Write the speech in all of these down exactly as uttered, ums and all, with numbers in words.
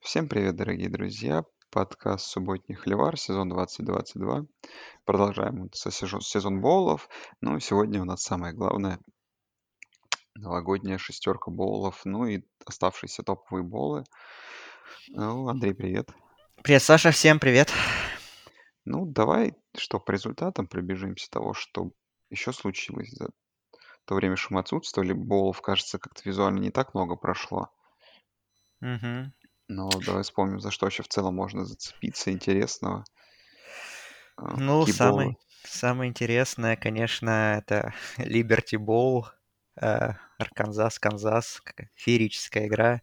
Всем привет, дорогие друзья! Подкаст «Субботний холивар», сезон двадцать двадцать два. Продолжаем вот со сезон, сезон боулов. Ну и сегодня у нас самое главное — новогодняя шестерка боулов, ну и оставшиеся топовые боулы. Ну, Андрей, привет. Привет, Саша, всем привет. Ну, давай, что по результатам пробежимся того, что еще случилось за то время, что мы отсутствовали. Боулов, кажется, как-то визуально не так много прошло. Мгм. Но давай вспомним, за что вообще в целом можно зацепиться интересного. А, Ну, Какие боулы? самое, самое интересное, конечно, это Liberty Bowl, э, Арканзас, Канзас, какая феерическая игра.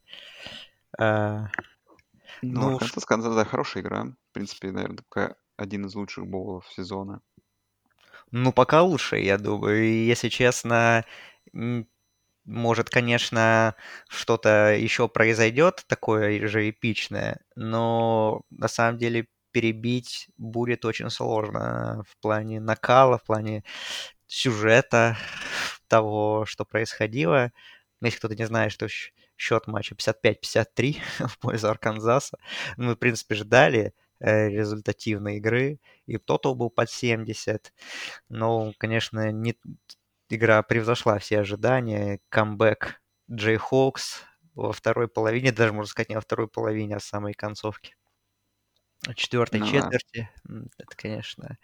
Э, Ну, ну, ш- Арканзас, Канзас, да, хорошая игра. В принципе, наверное, такая один из лучших боулов сезона. ну, пока лучше, я думаю. И, если честно, м, может, конечно, что-то еще произойдет такое же эпичное, но на самом деле перебить будет очень сложно в плане накала, в плане сюжета того, что происходило. Если кто-то не знает, что щ- счет матча пятьдесят пять пятьдесят три в пользу Арканзаса. Мы, в принципе, ждали э, результативной игры, и тотал был под семьдесят. Но, конечно, не... игра превзошла все ожидания. Камбэк Джей Хоукс во второй половине, даже, можно сказать, не во второй половине, а в самой концовке. В четвертой Ну да. четверти. м, Это, конечно...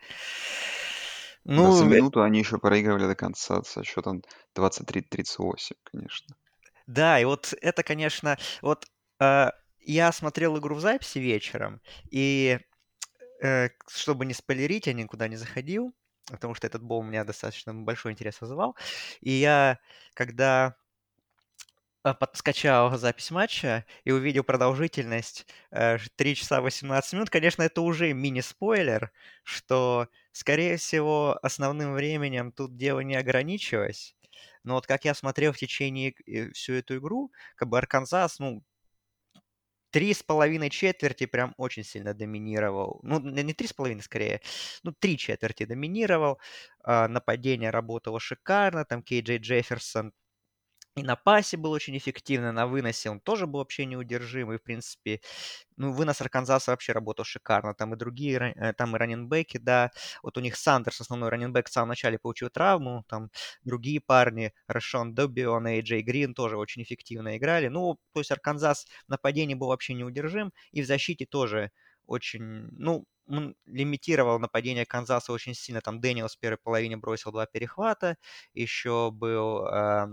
Да, за Ну, э, минуту они еще проигрывали до конца со счетом двадцать три тридцать восемь, конечно. да, и вот это, конечно, вот а, я смотрел игру в записи вечером, и э, чтобы не спойлерить, я никуда не заходил, потому что этот бол у меня достаточно большой интерес вызывал. И я, когда а, пот- скачал запись матча и увидел продолжительность э, ш- три часа восемнадцать минут, конечно, это уже мини-спойлер, что, скорее всего, основным временем тут дело не ограничилось. Но вот как я смотрел в течение э, всю эту игру, как бы Арканзас, ну, три с половиной четверти прям очень сильно доминировал. Ну, н- не три с половиной скорее, ну, три четверти доминировал. А, нападение работало шикарно, там Кей Джей Джефферсон и на пасе был очень эффективный, на выносе он тоже был вообще неудержимый, в принципе. Ну, вынос Арканзаса вообще работал шикарно. Там и другие, ра- э, там и раненбеки, да. Вот у них Сандерс, основной раненбек, в самом начале получил травму. Там другие парни, Рашон Добион и Джей Грин тоже очень эффективно играли. Ну, то есть Арканзас в нападении был вообще неудержим. И в защите тоже очень, ну, он лимитировал нападение Канзаса очень сильно. Там Дэниелс в первой половине бросил два перехвата. Еще был э,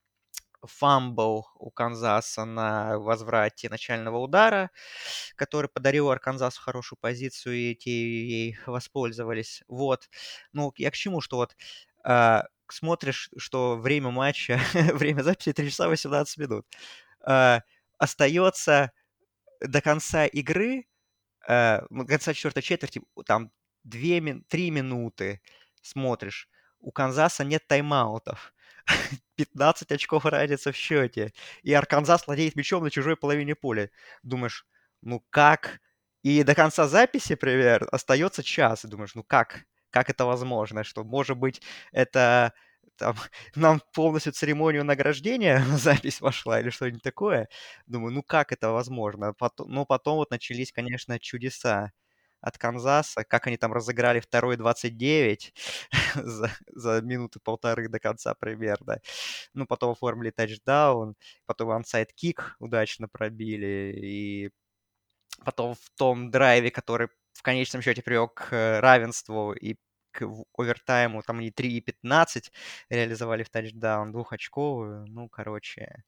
фамбл у Канзаса на возврате начального удара, который подарил Арканзасу хорошую позицию, и те ей воспользовались. Вот. Ну, я к чему, что вот а, смотришь, что время матча, время записи три часа восемнадцать минут. А, остается до конца игры, э, ну, до конца четвертой четверти, там две, три минуты смотришь, у Канзаса нет тайм-аутов. пятнадцать очков разница в счете. И Арканзас владеет мячом на чужой половине поля. Думаешь, ну как? И до конца записи, например, остается час. И думаешь, ну как? Как это возможно? Что, может быть, это там, нам полностью церемонию награждения в запись вошла или что-нибудь такое? Думаю, ну как это возможно? Потом, ну потом вот начались, конечно, чудеса от Канзаса, как они там разыграли второй двадцать девять за, за минуты полторы до конца примерно. Ну, потом оформили тачдаун, потом ансайд-кик удачно пробили, и потом в том драйве, который в конечном счете привел к э, равенству и к в- овертайму, там они три и пятнадцать реализовали в тачдаун, двухочковую. Ну, короче,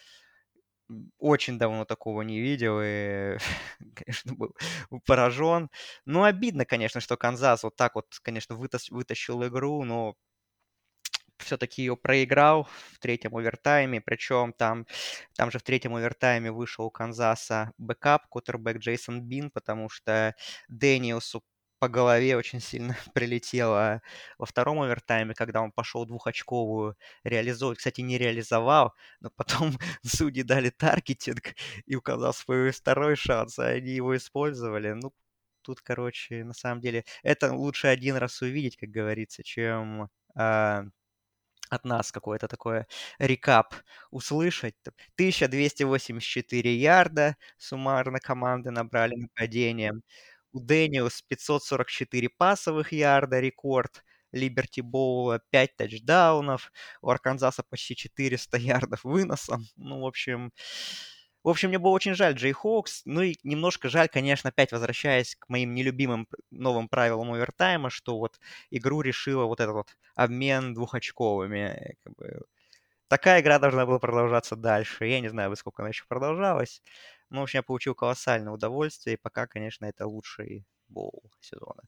м, очень давно такого не видел и, конечно, был поражен. Ну, обидно, конечно, что Канзас вот так вот, конечно, вытас- вытащил игру, но все-таки ее проиграл в третьем овертайме, причем там, там же в третьем овертайме вышел у Канзаса бэкап, кутербэк Джейсон Бин, потому что Дэниелсу по голове очень сильно прилетело во втором овертайме, когда он пошел двухочковую реализовывать. Кстати, не реализовал, но потом судьи дали таргетинг, и у Канзаса появился второй шанс, а они его использовали. Ну, тут, короче, на самом деле, это лучше один раз увидеть, как говорится, чем а, от нас какое-то такое рекап услышать. Т- тысяча двести восемьдесят четыре ярда суммарно команды набрали нападением. У Дэниус пятьсот сорок четыре пасовых ярда, рекорд. Либерти Боула пять тачдаунов. У Арканзаса почти четыреста ярдов выносом. Ну, в общем, в общем, мне было очень жаль Джей Хоукс. Ну и немножко жаль, конечно, опять возвращаясь к моим нелюбимым п- новым правилам овертайма, что вот игру решила вот этот вот обмен двухочковыми. Как бы такая игра должна была продолжаться дальше. Я не знаю, во сколько она еще продолжалась. Но, в общем, я получил колоссальное удовольствие. И пока, конечно, это лучший боул сезона.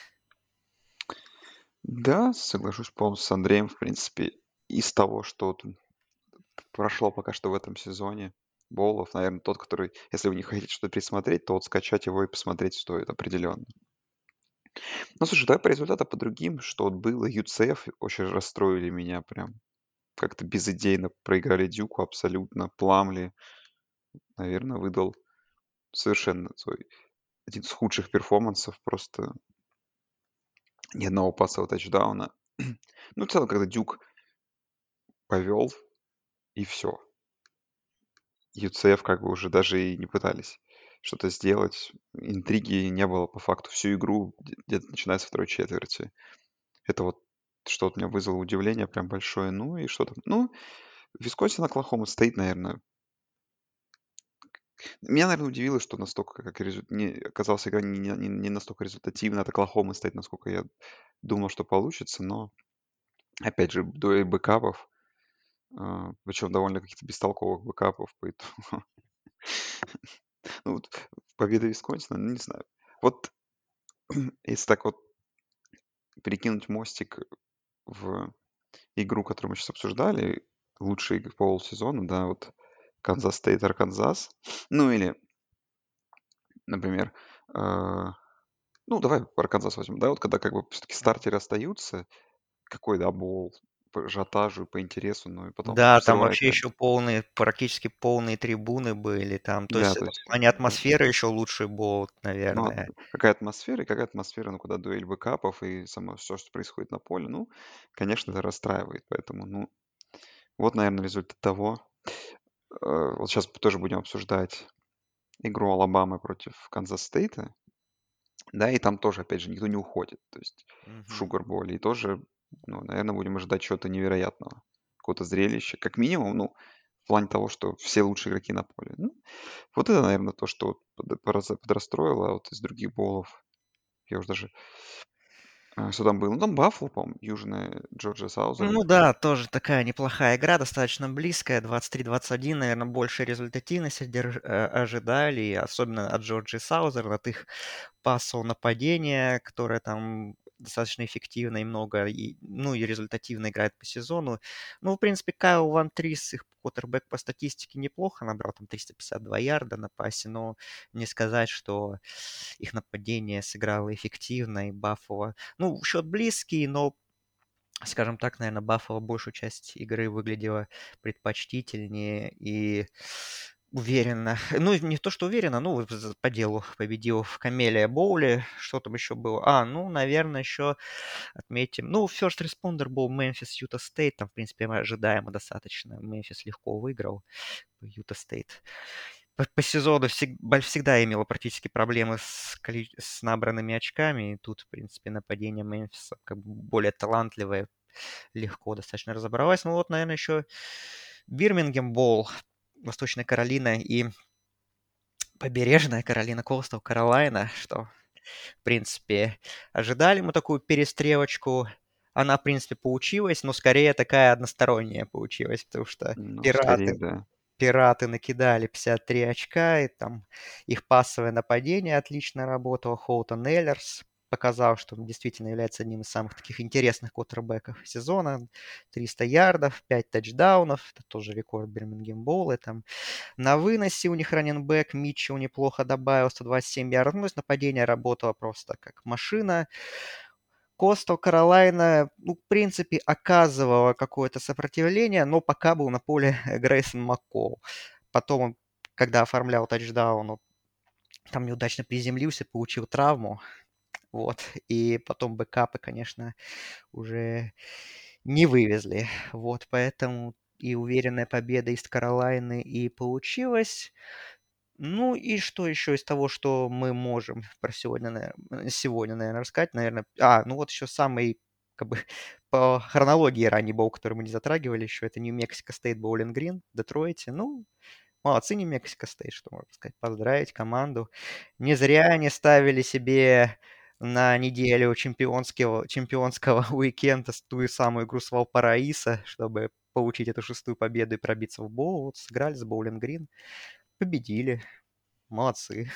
Да, соглашусь полностью с Андреем, в принципе, из того, что вот прошло пока что в этом сезоне Боулов, наверное, тот, который, если вы не хотите что-то пересмотреть, то вот скачать его и посмотреть стоит определенно. Ну, слушай, давай по результатам по другим, что вот было. ю си эф очень расстроили меня прям. Как-то безыдейно проиграли Дюку абсолютно. Пламли, наверное, выдал совершенно свой один из худших перформансов. Просто ни одного пасового тачдауна. Ну, в целом, когда Дюк повел, и все. ю си эф как бы уже даже и не пытались что-то сделать. Интриги не было по факту всю игру, где- где-то начиная со второй четверти. Это вот что вот меня вызвало удивление прям большое. Ну и что там? Ну, Висконсин, Оклахома стоит, наверное. Меня, наверное, удивило, что настолько, как резу- не, оказалась игра не, не- не настолько результативна от Оклахомы стоит, насколько я думал, что получится. Но, опять же, дуэль бэкапов, а, причем довольно каких-то бестолковых бэкапов, поэтому ну, вот победа Висконсина, ну, не знаю. Вот если так вот перекинуть мостик в игру, которую мы сейчас обсуждали, лучшие игры полусезона, да, вот Канзас Стейт, Арканзас. Ну или, например, а, ну давай Арканзас возьмем, да, вот когда как бы все-таки стартеры остаются, какой, да, бол по ажиотажу и по интересу, ну и потом Да, там срывает, вообще наверное. еще полные, практически полные трибуны были. Там, то Да, есть то это в есть, плане да. атмосферы еще лучший был, Ну, а наверное. какая атмосфера, и какая атмосфера, ну, когда дуэль бэкапов и само все, что происходит на поле, ну, конечно, это расстраивает, поэтому, ну, вот, наверное, результат того. Э, Вот сейчас тоже будем обсуждать игру Алабамы против Канзас Стейта, да, и там тоже, опять же, никто не уходит, то есть в Мгм. Шугарболе, и тоже, ну, наверное, будем ожидать чего-то невероятного, какого-то зрелища, как минимум, ну, в плане того, что все лучшие игроки на поле. Ну, вот это, наверное, то, что вот под- пораз- подрастроило, а вот из других болов, я уже даже, а, что там было, ну, там Баффало, по-моему, Южная Джорджия Саузерн. Ну да, тоже такая неплохая игра, достаточно близкая, двадцать три двадцать один, наверное, больше результативности держ- э, ожидали, и особенно от Джорджи Саузер, от их пассового нападения, которое там достаточно эффективно и много, и, ну и результативно играет по сезону. Ну, в принципе, Кайл Ван Трис, их квотербек по статистике неплохо набрал, там триста пятьдесят два ярда на пасе, но не сказать, что их нападение сыграло эффективно и Баффало. Ну, счет близкий, но скажем так, наверное, Баффало большую часть игры выглядела предпочтительнее и уверенно. Ну, и не то, что уверенно, ну, з- по делу победил в Камелия Боуле. Что там еще было? А, ну, наверное, еще отметим. Ну, First Responder был Мемфис, Юта Стейт. Там, в принципе, ожидаемо достаточно. Мемфис легко выиграл Юта Стейт. По, по сезону всег- боль- всегда имела практически проблемы с, коли- с набранными очками. И тут, в принципе, нападение Мемфиса как бы более талантливое, легко достаточно разобралась. Ну вот, наверное, еще Бирмингем Боул, Восточная Каролина и побережная Каролина, Коустал Каролайна, что, в принципе, ожидали мы такую перестрелочку. Она, в принципе, получилась, но скорее такая односторонняя получилась, потому что Ну, скорее, пираты, да. пираты накидали пятьдесят три очка, и там их пассовое нападение отлично работало. Холтон Эллерс показал, что он действительно является одним из самых таких интересных квотербеков сезона. триста ярдов, пять тачдаунов, это тоже рекорд Бирмингем Боула. Там на выносе у них раненбэк Митчелл неплохо добавил, сто двадцать семь ярдов. Ну, то есть нападение работало просто как машина. Костел Каролайна, ну, в принципе, оказывала какое-то сопротивление, но пока был на поле Грейсон Маккол. Потом он, когда оформлял тачдаун, он там неудачно приземлился, получил травму. Вот. И потом бэкапы, конечно, уже не вывезли. Вот поэтому и уверенная победа из Каролайны и получилась. Ну и что еще из того, что мы можем про сегодня, наверно, сегодня, наверное, рассказать? Наверное, а, ну вот еще самый, как бы, по хронологии ранний боул, который мы не затрагивали еще, это Нью-Мексико Стейт Боулинг Грин в Детройте. Ну, молодцы Нью-Мексико Стейт, что можно сказать. Поздравить команду. Не зря они ставили себе на неделю чемпионского, чемпионского уикенда ту самую игру с Валпараисо, чтобы получить эту шестую победу и пробиться в боул. Вот сыграли с Боулинг Грин, победили. Молодцы.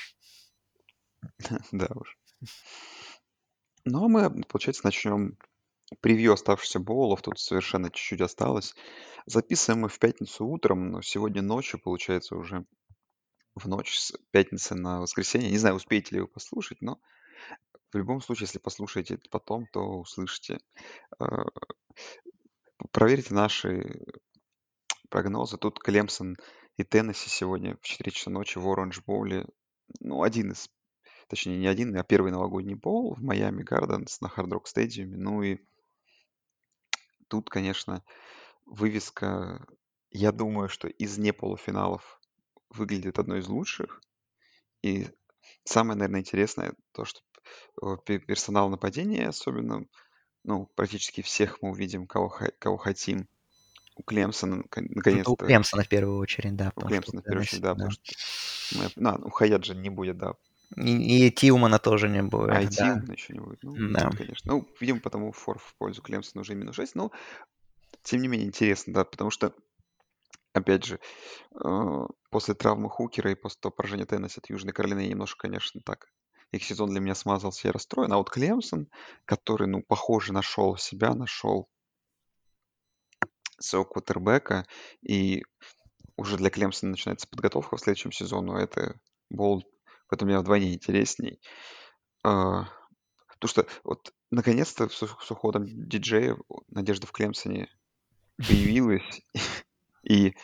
Да уж. Ну, а мы, получается, начнем превью оставшихся боулов. Тут совершенно чуть-чуть осталось. Записываем мы в пятницу утром, но сегодня ночью, получается, уже в ночь с пятницы на воскресенье. Не знаю, успеете ли вы послушать, но в любом случае, если послушаете это потом, то услышите. Э, Проверьте наши прогнозы. Тут Клемсон и Теннесси сегодня в четыре часа ночи в Оранж Боуле. Ну, один из, точнее, не один, а первый новогодний боул в Майами Гарденс на Хард Рок Стадиуме. Ну и тут, конечно, вывеска, я думаю, что из неполуфиналов выглядит одной из лучших. И самое, наверное, интересное то, что э, пе- персонал нападения, особенно, ну, практически всех мы увидим, кого, хо- кого хотим. У Клемсона нак- Это у наконец-то, Клемсона в первую очередь, да, у потому что у Клемсона в первую очередь, Теннесси, да, да. потому что мы, ну, у Хаяджа не будет, да, И, и Тилмана тоже не будет, I T да. умно еще не будет. Ну, Да. тут, конечно, ну, видимо, потому фор в пользу Клемсона уже минус шесть, но, тем не менее, интересно, да, потому что, опять же, э, после травмы Хукера и после того поражения Теннесси от Южной Каролины немножко, конечно, так, их сезон для меня смазался, я расстроен. А вот Клемсон, который, ну, похоже, нашел себя, нашел своего квотербека, и уже для Клемсона начинается подготовка к следующему сезону. Это Болт, поэтому мне вдвойне интересней. А, Потому что вот наконец-то с, ух- с уходом диджея надежда в Клемсоне появилась. И,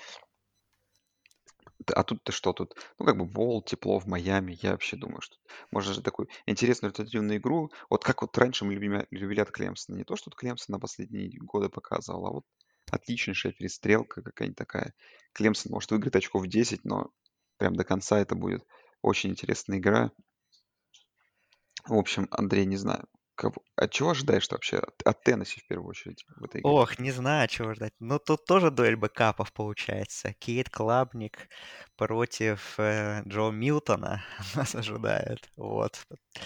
т- а тут-то что тут? Ну, как бы Болт, тепло в Майами. Я вообще думаю, что можно же такую интересную результативную игру. Вот как вот раньше мы любим- любили от Клемсона. Не то, что от Клемсона на последние годы показывал, а вот отличнейшая перестрелка какая-нибудь такая. Клемсон может выиграть очков десять, но прям до конца это будет очень интересная игра. В общем, Андрей, не знаю, кого- от чего ожидаешь ты вообще от, от Теннесси в первую очередь в этой игре? Ох, не знаю, чего ждать. Но тут тоже дуэль бэкапов получается. Кейт Клабник против э, Джо Милтона нас ожидает. Вот.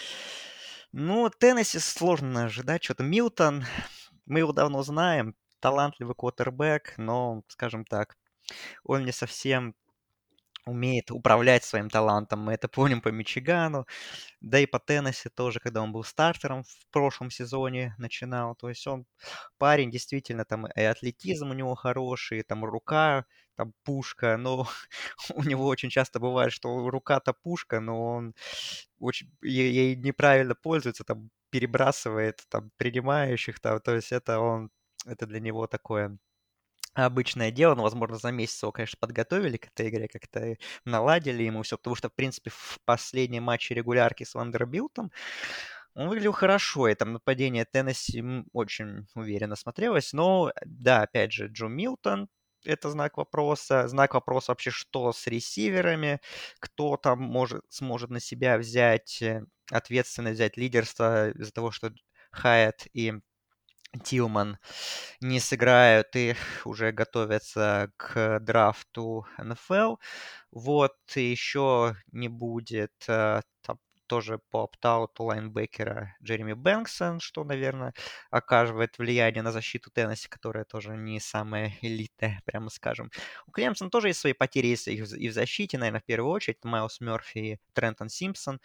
Ну, Теннесси сложно ожидать. Что-то Милтон, мы его давно знаем, талантливый квотербек, но, скажем так, он не совсем умеет управлять своим талантом. Мы это помним по Мичигану. Да и по Теннесси тоже, когда он был стартером в прошлом сезоне начинал. То есть он парень действительно там и атлетизм у него хороший, и там рука, там пушка, но у него очень часто бывает, что рука-то пушка, но он очень е- ей неправильно пользуется, там перебрасывает там принимающих, там, то есть это он, это для него такое обычное дело, но, возможно, за месяц его, конечно, подготовили к этой игре, как-то наладили ему все, потому что, в принципе, в последнем матче регулярки с Вандербилтом он выглядел хорошо, и там нападение Теннесси м, очень уверенно смотрелось, но, да, опять же, Джо Милтон, это знак вопроса. Знак вопроса вообще, что с ресиверами, кто там может, сможет на себя взять э, ответственность, взять лидерство из-за того, что Хайет и Тилман не сыграют и уже готовятся к драфту Н Ф Л. Вот, и еще не будет э, там тоже по оптауту лайнбекера Джереми Бэнксон, что, наверное, оказывает влияние на защиту Теннесси, которая тоже не самая элитная, прямо скажем. У Клемсона тоже есть свои потери есть и в и в защите, наверное, в первую очередь. Майлз Мерфи и Трентон Симпсон.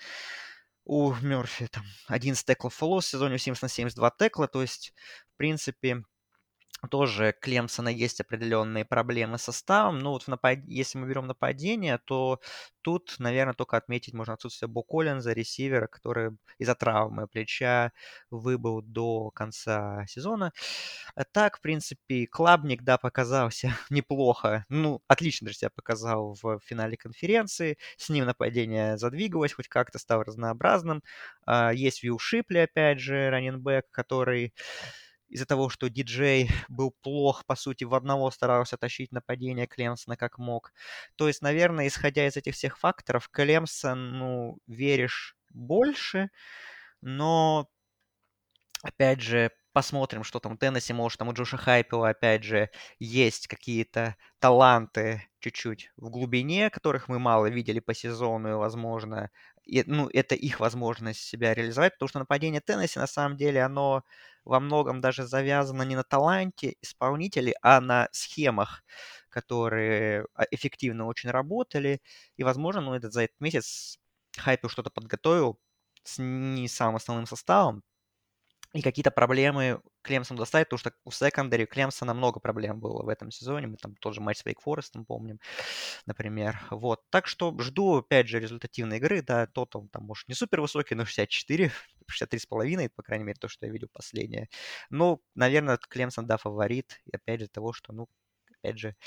У Мерфи там одиннадцать теклов for loss в сезоне, у Симпсона семьдесят два текла, то есть, в принципе, тоже Клемсона есть определенные проблемы с составом. Ну, вот в напад... если мы берем нападение, то тут, наверное, только отметить можно отсутствие Бо Коллинза, ресивера, который из-за травмы плеча выбыл до конца сезона. А так, в принципе, Клабник, да, показался неплохо. Ну, отлично даже себя показал в финале конференции. С ним нападение задвигалось, хоть как-то стал разнообразным. А, Есть Вилл Шипли, опять же, раненбэк, который из-за того, что диджей был плох, по сути, в одного старался тащить нападение Клемсона как мог. То есть, наверное, исходя из этих всех факторов, Клемсон, ну, веришь больше, но опять же, посмотрим, что там у Теннесси. Может, там у Джоша Хайпела, опять же, есть какие-то таланты чуть-чуть в глубине, которых мы мало видели по сезону, и, возможно, и, ну, это их возможность себя реализовать, потому что нападение Теннесси, на самом деле, оно во многом даже завязано не на таланте исполнителей, а на схемах, которые а, эффективно очень работали. И, возможно, ну, этот, за этот месяц Хайпел что-то подготовил с не самым основным составом, и какие-то проблемы Клемсон доставит, потому что у секондари Клемсона много проблем было в этом сезоне. Мы там тот же матч с Вейк Форестом помним, например. Вот. Так что жду, опять же, результативной игры. Да, тотал там, может, не супер высокий, но шестьдесят четыре, шестьдесят три с половиной, по крайней мере, то, что я видел последнее. Ну, наверное, Клемсон, да, фаворит. И опять же, того, что, ну, опять же,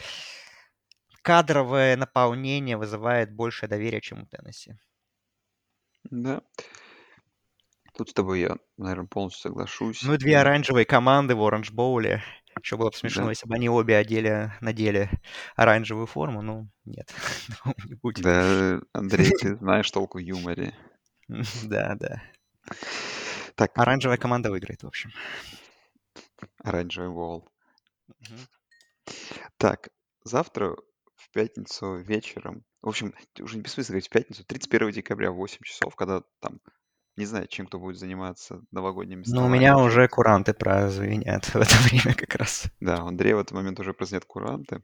кадровое наполнение вызывает большее доверие, чем у Теннесси. Да, тут с тобой я, наверное, полностью соглашусь. Ну и две И оранжевые команды в Оранж Боуле. Еще было бы смешно, да, если бы они обе одели, надели оранжевую форму. Ну, нет, такого не будет. да, Андрей, ты знаешь толк в юморе. Да, да. Так, Оранжевая команда выиграет, в общем. оранжевый вол. Мгм. Так, завтра в пятницу вечером, в общем, уже не бессмысленно говорить в пятницу, тридцать первого декабря в восемь часов, когда там, не знаю, чем кто будет заниматься, новогодними Ну, у столами меня еще. уже куранты прозвенят в это время как раз. Да, у Андрея в этот момент уже празднуют куранты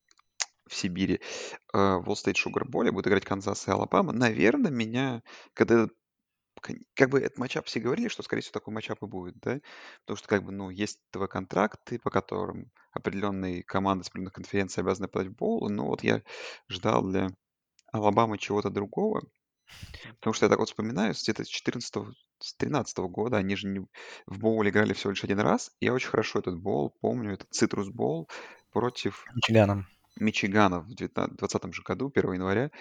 в Сибири. Э, В Wall State Sugar Bowl будет играть Канзас и Алабама. Наверное, меня, когда Кон как бы этот матчап все говорили, что, скорее всего, такой матчап и будет, да. Потому что, как бы, ну, есть ТВ-контракты, по которым определенные команды с определенных конференций обязаны подать в боул. Но вот я ждал для Алабамы чего-то другого. Потому что я так вот вспоминаю, с где-то с четырнадцатого, с тринадцатого года они же не в боуле играли всего лишь один раз. И я очень хорошо этот боул помню. Это Citrus Bowl против Мичиганом. Мичигана в девятнадцатом двадцатом же году, первого января.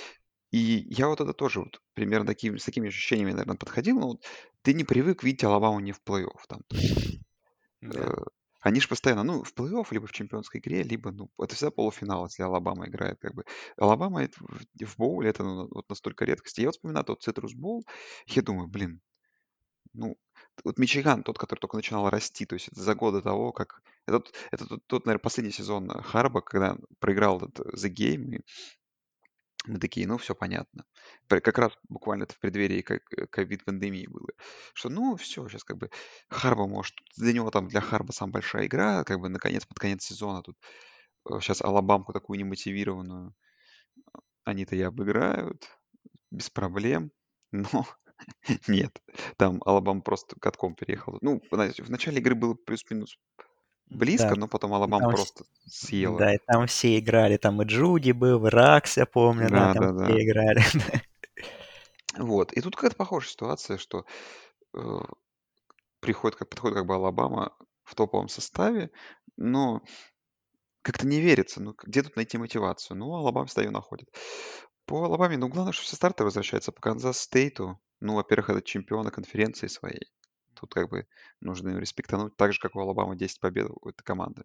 И я вот это тоже вот примерно таким, с такими ощущениями, наверное, подходил. Но вот ты не привык видеть Алабаму не в плей-офф там. То есть э, Да. они же постоянно, ну, в плей-офф, либо в чемпионской игре, либо, ну, это всегда полуфинал, если Алабама играет, как бы. Алабама это в, в боуле, это ну, вот настолько редкость. Я вот вспоминаю тот Цитрус Боул, я думаю, блин, ну, вот Мичиган, тот, который только начинал расти, то есть это за годы того, как... Это, тот- это тот, тот, наверное, последний сезон э, Харба, когда он проиграл этот э, The Game, мы такие, ну, все понятно. П Как раз буквально это в преддверии как э, ковид-пандемии было. Что, ну, все сейчас как бы Харба может для него там, для Харба самая большая игра, как бы наконец, под конец сезона тут, сейчас Алабамку такую немотивированную они-то и обыграют без проблем. Но нет, там Алабама просто катком переехала. Ну, знаете, в начале игры было плюс-минус Да. близко, но потом И Алабама там, вс- просто съела. да, и там все играли. Там и Джуди был, и Ракс, я помню, да, там Да-да-да. все играли. Вот. И тут какая-то похожая ситуация, что э, приходит, как подходит как бы Алабама в топовом составе, но как-то не верится, ну, к- где тут найти мотивацию? Ну, Алабама всегда ее находит. По Алабаме, ну, главное, что все старты возвращаются. По Канзас Стейту, ну, во-первых, это чемпионы конференции своей. Тут как бы нужно им респектануть, так же, как у Алабамы десять побед у этой команды.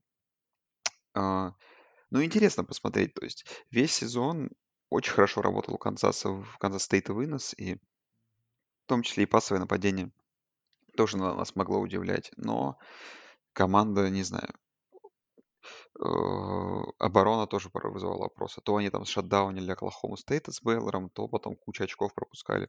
А, ну, интересно посмотреть, то есть весь сезон очень хорошо работал у Канзаса, в Канзас Стейта вынос, и в том числе и пасовое нападение тоже на- нас могло удивлять. Но команда, не знаю, Э, оборона тоже порой вызывала вопросы. То они там шатдаунили Оклахому Стейта с Бейлором, то потом кучу очков пропускали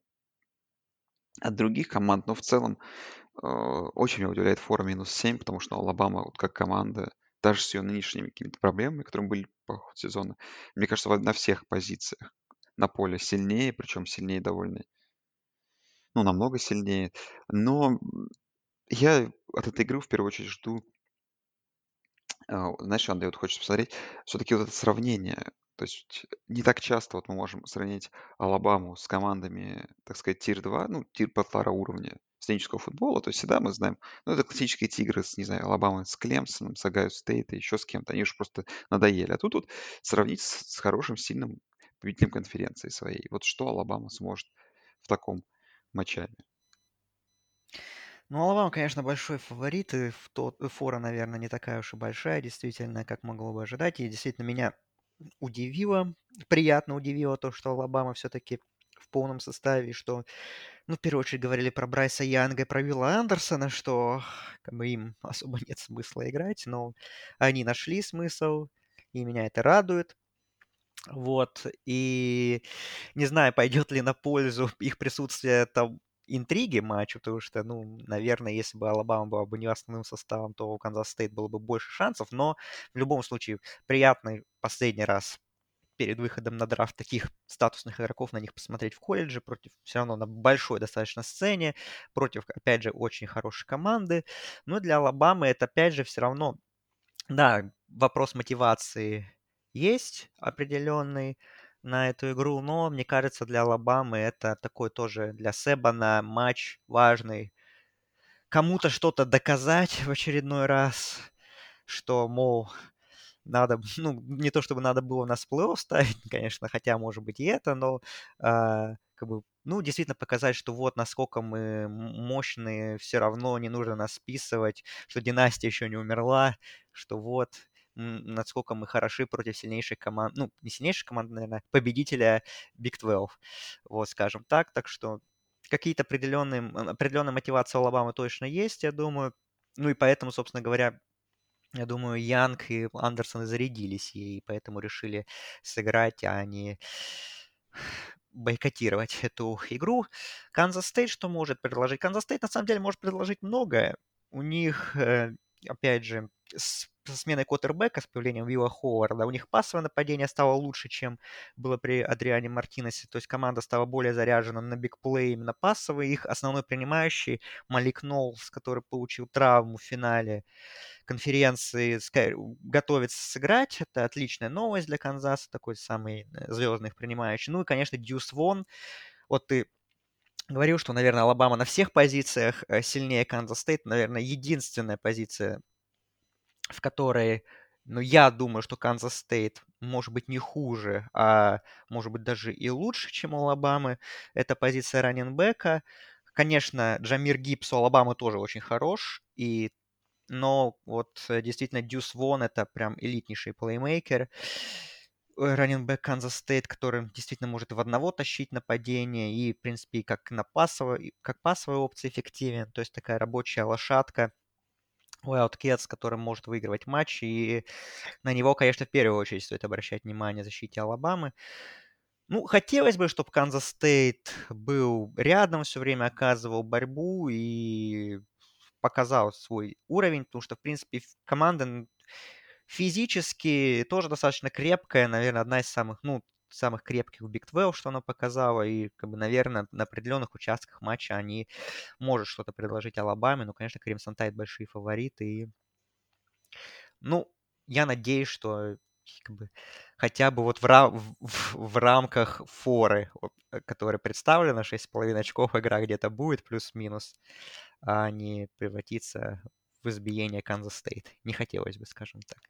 от других команд. Но в целом э, очень меня удивляет фора минус семь, потому что Алабама вот как команда, даже с ее нынешними какими-то проблемами, которые были по ходу сезона, мне кажется, во- на всех позициях на поле сильнее, причем сильнее довольно, ну, намного сильнее. Но м, я от этой игры в первую очередь жду. А, знаешь, Андрей, вот хочется посмотреть, все-таки вот это сравнение. То есть не так часто вот мы можем сравнить Алабаму с командами, так сказать, тир-два, ну, тир полтора уровня студенческого футбола. То есть всегда мы знаем, ну, это классические тигры с, не знаю, Алабамой с Клемсоном, с Огайо Стейт и еще с кем-то. Они уже просто надоели. А тут вот сравнить с, с хорошим, сильным победителем конференции своей. Вот что Алабама сможет в таком матчапе. Ну, Алабама, конечно, большой фаворит, и в тот, фора, наверное, не такая уж и большая, действительно, как могло бы ожидать. И действительно меня удивило, приятно удивило то, что Алабама все-таки в полном составе, и что, ну, в первую очередь говорили про Брайса Янга и про Вилла Андерсона, что как бы им особо нет смысла играть, но они нашли смысл, и меня это радует. Вот, и не знаю, пойдет ли на пользу их присутствие там интриги матчу, потому что, ну, наверное, если бы Алабама была бы не основным составом, то у Канзас Стейт было бы больше шансов, но в любом случае приятный последний раз перед выходом на драфт таких статусных игроков на них посмотреть в колледже против все равно на большой достаточно сцене, против, опять же, очень хорошей команды. Но для Алабамы это, опять же, все равно да, вопрос мотивации есть определенный на эту игру, но мне кажется, для Алабамы это такой тоже для Себана матч важный. Кому-то что-то доказать в очередной раз, что, мол, надо, ну, не то чтобы надо было нас в плей-офф ставить, конечно, хотя, может быть, и это, но а, как бы, ну, действительно показать, что вот насколько мы м- мощные, все равно не нужно нас списывать, что династия еще не умерла, что вот м, насколько мы хороши против сильнейшей команды, ну, не сильнейшей команды, наверное, победителя Биг двенадцать, вот, скажем так, так что какие-то определенные, м, определенная мотивация у Алабамы точно есть, я думаю, ну и поэтому, собственно говоря, я думаю, Янг и Андерсон и зарядились ей, поэтому решили сыграть, а не бойкотировать эту игру. Канзас Стейт что может предложить? Канзас Стейт на самом деле может предложить многое. У них, э, опять же, с со сменой квотербека, с появлением Вилла Ховарда, у них пассовое нападение стало лучше, чем было при Адриане Мартинесе. То есть команда стала более заряжена на бигплей, именно пассовый. Их основной принимающий Малик Ноллс, который получил травму в финале конференции ска- готовится сыграть. Это отличная новость для Канзаса, такой самый э, звездный их принимающий. Ну и, конечно, Дьюс Вон. Вот ты говорил, что, наверное, Алабама на всех позициях э, сильнее Канзас Стейт. Наверное, единственная позиция, в которой, ну, я думаю, что Канзас Стейт может быть не хуже, а может быть даже и лучше, чем у Алабамы. Это позиция раненбека. Конечно, Джамир Гибс у Алабамы тоже очень хорош, и но вот э, действительно Дьюс Вон это прям элитнейший плеймейкер. Раннинбэк Канзас Стейт, который действительно может и в одного тащить нападение, и, в принципе, и как на пасовой, как пасовая опция эффективен. То есть такая рабочая лошадка. Wildcats, который может выигрывать матч, и на него, конечно, в первую очередь стоит обращать внимание защите Алабамы. Ну, хотелось бы, чтобы Канзас Стейт был рядом все время, оказывал борьбу и показал свой уровень, потому что, в принципе, ф- команда н- физически тоже достаточно крепкая, наверное, одна из самых, ну, самых крепких в Биг двенадцать, что она показала, и, как бы, наверное, на определенных участках матча они может что-то предложить Алабаме, но, конечно, Кримсон Тайд большие фавориты, и, ну, я надеюсь, что как бы, хотя бы вот в, ра- в, в- в рамках форы, вот, э, которая представлена, шесть с половиной очков, игра где-то будет плюс-минус, а не превратиться в избиение Канзас Стейт. Не хотелось бы, скажем так.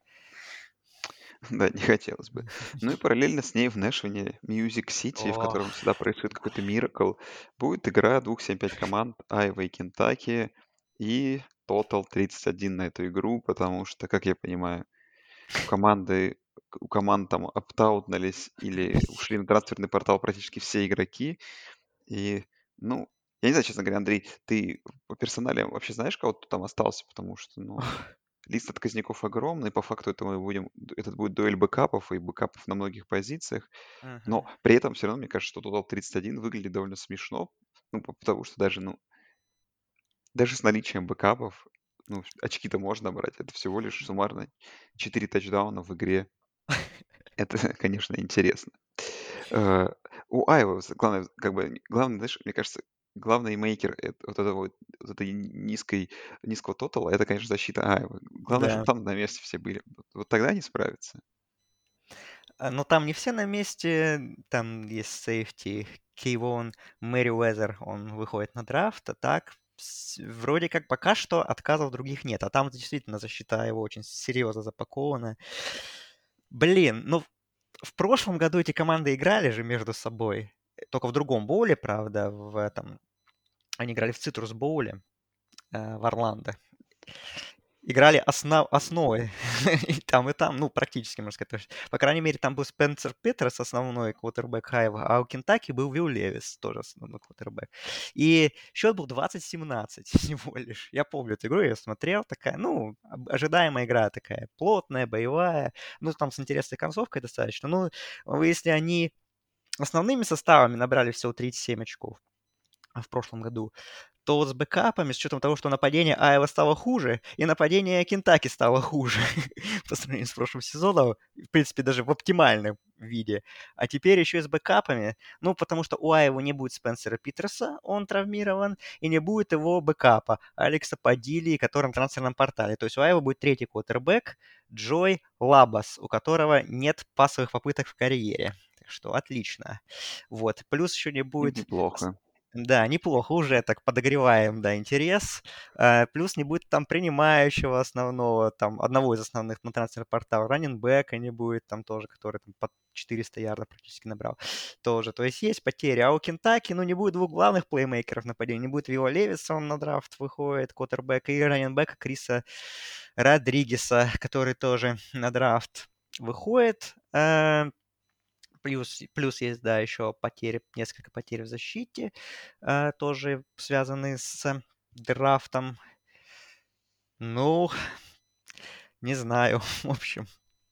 Да, не хотелось бы. Ну и параллельно с ней в Нэшвилле Music City, в О, котором всегда происходит какой-то миракл, будет игра двух семь пять команд Айва и Кентаки и тотал тридцать один на эту игру, потому что, как я понимаю, у команды у команд там оптаутнулись или ушли на трансферный портал практически все игроки. И, ну, я не знаю, честно говоря, Андрей, ты по персонале вообще знаешь, кого кто там остался? Потому что, ну, лист отказников огромный, по факту это мы будем, этот будет дуэль бэкапов и бэкапов на многих позициях, но мгм. при этом все равно, мне кажется, что тотал тридцать один выглядит довольно смешно, ну, по- потому что даже, ну, даже с наличием бэкапов, ну, очки-то можно брать, это всего лишь суммарно четыре тачдауна в игре, это, конечно, интересно. Э, у Айвы с главное, как бы, главное, знаешь, мне кажется, главный мейкер эт вот этого вот вот этой низкой низкого тотала — это, конечно, защита Айвы. Главное, чтобы Да. там на месте все были. Вот вот тогда они справятся. А, Но там не все на месте. Там есть сейфти. Кейвон Мэриуэзер, он выходит на драфт, а так с- вроде как пока что отказов других нет. А там действительно защита его очень серьезно запакована. Блин, ну в прошлом году эти команды играли же между собой. Только в другом боуле, правда, в этом. Они играли в Цитрус Боуле. э, в Орландо. Играли основ, основой и там, и там, ну, практически, можно сказать. То есть, по крайней мере, там был Спенсер Петерс, основной квотербек Хайва, а у Кентаки был Вилл Левис, тоже основной квотербек. И счет был двадцать семнадцать всего лишь. Я помню эту игру, я смотрел, такая, ну, об- ожидаемая игра такая, плотная, боевая, ну, там с интересной концовкой достаточно. Ну, если они основными составами набрали всего тридцать семь очков в прошлом году, то вот с бэкапами, с учетом того, что нападение Айова стало хуже, и нападение Кентаки стало хуже по сравнению с прошлым сезоном, в принципе, даже в оптимальном виде. А теперь еще и с бэкапами, ну, потому что у Айова не будет Спенсера Питерса, он травмирован, и не будет его бэкапа, Алекса Падили, который на трансферном портале. То есть у Айова будет третий квотербек, Джой Лабас, у которого нет пасовых попыток в карьере. Так что отлично. Вот. Плюс еще не будет Неплохо. да, неплохо, уже так подогреваем, да, интерес. Э, плюс не будет там принимающего основного, там, одного из основных на трансфер-портал, раннинбека не будет там тоже, который там под четыреста ярдов практически набрал тоже. То есть есть потери. А у Кентаки, ну, не будет двух главных плеймейкеров нападения, не будет Вилла Левиса, он на драфт выходит, квотербека, и раннинбека Криса Родригеса, который тоже на драфт выходит. Э, Плюс, плюс есть, да, еще потери, несколько потерь в защите, э, тоже связанные с драфтом. Ну, не знаю, в общем.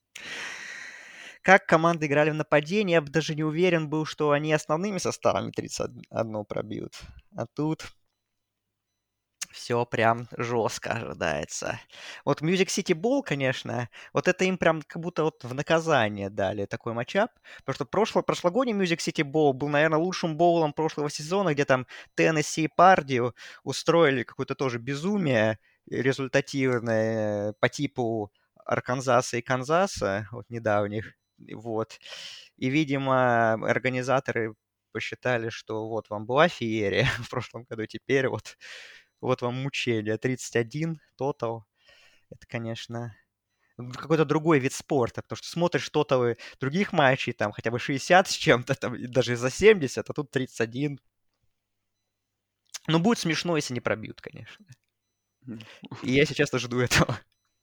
Как команды играли в нападении, я бы даже не уверен был, что они основными составами тридцать один пробьют. А тут все прям жестко ожидается. Вот Music City Bowl, конечно, вот это им прям как будто вот в наказание дали такой матчап, потому что прошло, прошлогодний Music City Bowl был, наверное, лучшим боулом прошлого сезона, где там Теннесси и Пардию устроили какое-то тоже безумие результативное по типу Арканзаса и Канзаса, вот недавних, вот. И, видимо, организаторы посчитали, что вот вам была феерия в прошлом году, теперь вот вот вам мучение. тридцать один тотал. Это, конечно, м, какой-то другой вид спорта, потому что смотришь тоталы других матчей, там хотя бы шестьдесят с чем-то, там, и даже за семьдесят, а тут тридцать один. Ну, будет смешно, если не пробьют, конечно. М, И я сейчас жду этого.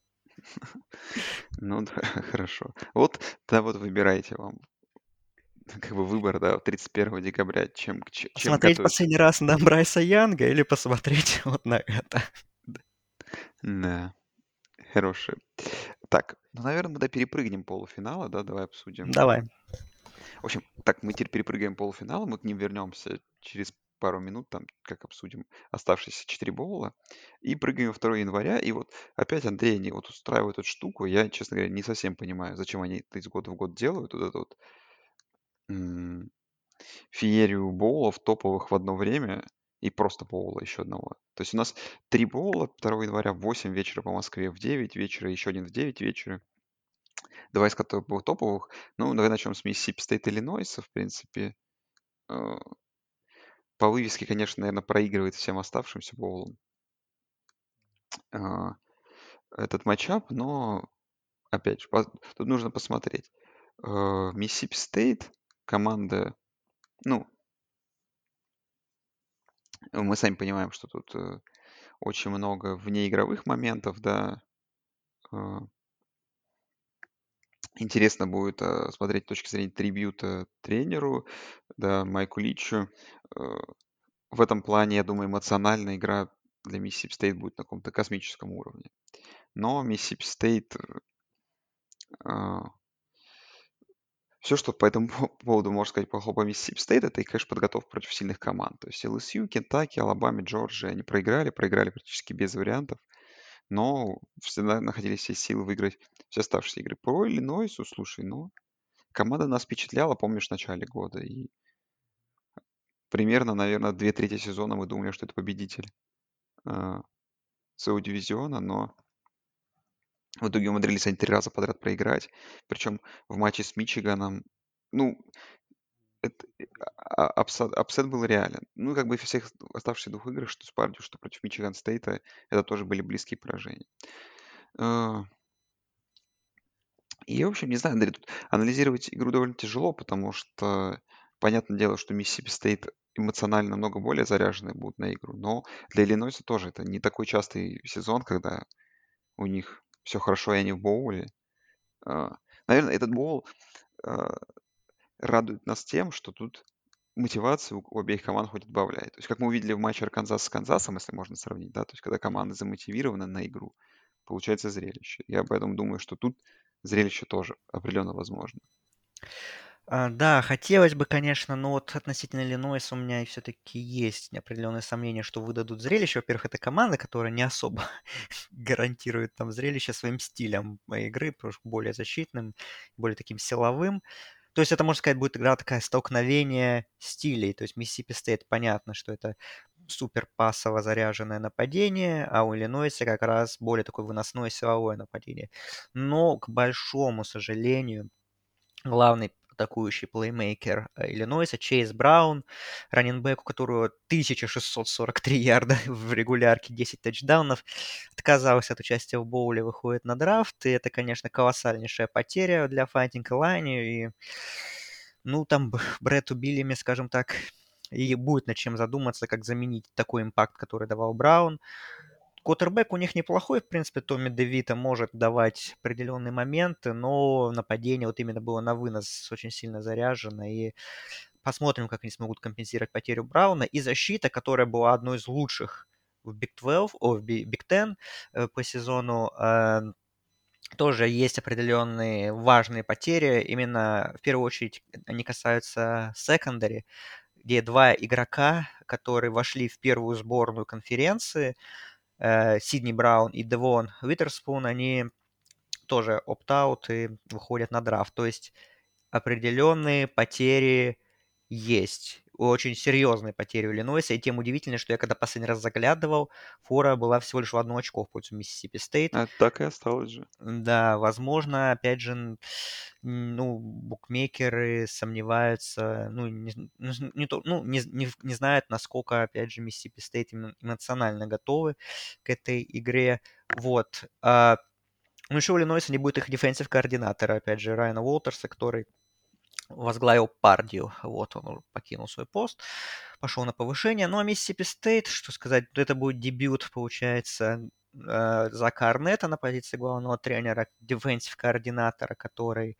Ну да, хорошо. Вот, да, вот выбирайте вам, как бы выбор, да, тридцать первого декабря, чем, к ч- чем Посмотреть готовиться. последний раз на Брайса Янга или посмотреть вот на это? Да, хорошие. Так, ну, наверное, мы да перепрыгнем полуфинала, да, давай обсудим. Давай. В общем, так, мы теперь перепрыгаем полуфинал, мы к ним вернемся через пару минут, там, как обсудим оставшиеся четыре боула, и прыгаем во второго января, и вот опять Андрей, они вот устраивают эту штуку, я, честно говоря, не совсем понимаю, зачем они это из года в год делают, вот эту вот м, феерию боулов топовых в одно время, и просто боула еще одного. То есть у нас три боула второго января в восемь вечера по Москве, в девять вечера, еще один в девять вечера. Два из которых был топовых. Ну, давай начнем с Миссисипи Стейт Иллинойса, в принципе. Э, По вывеске, конечно, наверное, проигрывает всем оставшимся боулам а, этот матчап, но, опять же, по- тут нужно посмотреть. Э, Миссисипи Стейт, команда, ну, мы сами понимаем, что тут э, очень много внеигровых моментов, да. Э, Интересно будет э, смотреть с точки зрения трибьюта тренеру, да, Майку Личу. Э, В этом плане, я думаю, эмоциональная игра для Миссисипи Стейт будет на каком-то космическом уровне. Но Миссисипи Стейт, все, что по этому по- поводу можно сказать плохого по Миссисипи Стейт, это, и, конечно, подготовка против сильных команд. То есть эл эс ю, Кентаки, Алабама, Джорджия, они проиграли, проиграли практически без вариантов, но всегда находили все силы выиграть все оставшиеся игры. По Иллинойсу, слушай, ну, команда нас впечатляла, помнишь, в начале года. И примерно, наверное, две трети сезона мы думали, что это победитель э, своего дивизиона, но в итоге умудрились они три раза подряд проиграть. Причем в матче с Мичиганом, ну, это, э, а- апсет, апсет был реален. Ну, как бы и во всех оставшихся двух играх, что с Пардию, что против Мичиган Стейта, это тоже были близкие поражения. Э, И, в общем, не знаю, Андрей, тут анализировать игру довольно тяжело, потому что, понятное дело, что Миссисипи Стейт эмоционально намного более заряженные будут на игру. Но для Иллинойса тоже это не такой частый сезон, когда у них все хорошо, и они в боуле. А, наверно, этот боул, а, радует нас тем, что тут мотивация у у обеих команд хоть отбавляет. То есть, как мы увидели в матче Арканзас с Канзасом, если можно сравнить, да, то есть когда команды замотивированы на игру, получается зрелище. Я поэтому думаю, что тут зрелище тоже определенно возможно. А, да, хотелось бы, конечно, но вот относительно Иллинойса у меня все-таки есть определенные сомнения, что выдадут зрелище. Во-первых, это команда, которая не особо гарантирует там зрелище своим стилем игры, потому что более защитным, более таким силовым. То есть это, можно сказать, будет игра такая столкновение стилей. То есть Миссисипи Стейт, понятно, что это супер пассово заряженное нападение, а у Иллинойса как раз более такое выносное силовое нападение. Но, к большому сожалению, главный атакующий плеймейкер э, Иллинойса Чейз Браун, раннинбэк, у которого тысяча шестьсот сорок три ярда в регулярке, десять тачдаунов, отказался от участия в боуле, выходит на драфт, и это, конечно, колоссальнейшая потеря для Fighting Illini, и, ну, там Б- Бретту Биллими, скажем так, и будет над чем задуматься, как заменить такой импакт, который давал Браун. Квотербек у них неплохой, в принципе, Томми Девита может давать определенные моменты, но нападение вот именно было на вынос очень сильно заряжено, и посмотрим, как они смогут компенсировать потерю Брауна. И защита, которая была одной из лучших в Big двенадцать, о, в Би- Big десять э, по сезону, э, тоже есть определенные важные потери. Именно в первую очередь они касаются секондари, где два игрока, которые вошли в первую сборную конференции, э, Сидни Браун и Девон Уитерспун, они тоже опт-аут и выходят на драфт. То есть определенные потери есть. Очень серьезные потери у Иллинойса. И тем удивительнее, что я когда последний раз заглядывал, фора была всего лишь в одно очко в пользу Миссисипи Стейт. А так и осталось же. Да, возможно, опять же, н- ну, букмекеры сомневаются, ну, не, з- ну, з- не, то, ну, не, з- не, в- не знают, насколько, опять же, Миссисипи Стейт эмо- эмоционально готовы к этой игре. Вот. А, ну, еще у Иллинойса не будет их дефенсив координатора, опять же, Райана Уолтерса, который возглавил Пардию. Вот, он уже покинул свой пост, пошел на повышение. Ну, а Миссисипи Стейт, что сказать, вот это будет дебют, получается, э, Зака Арнета на позиции главного тренера, дефенсив-координатора, который,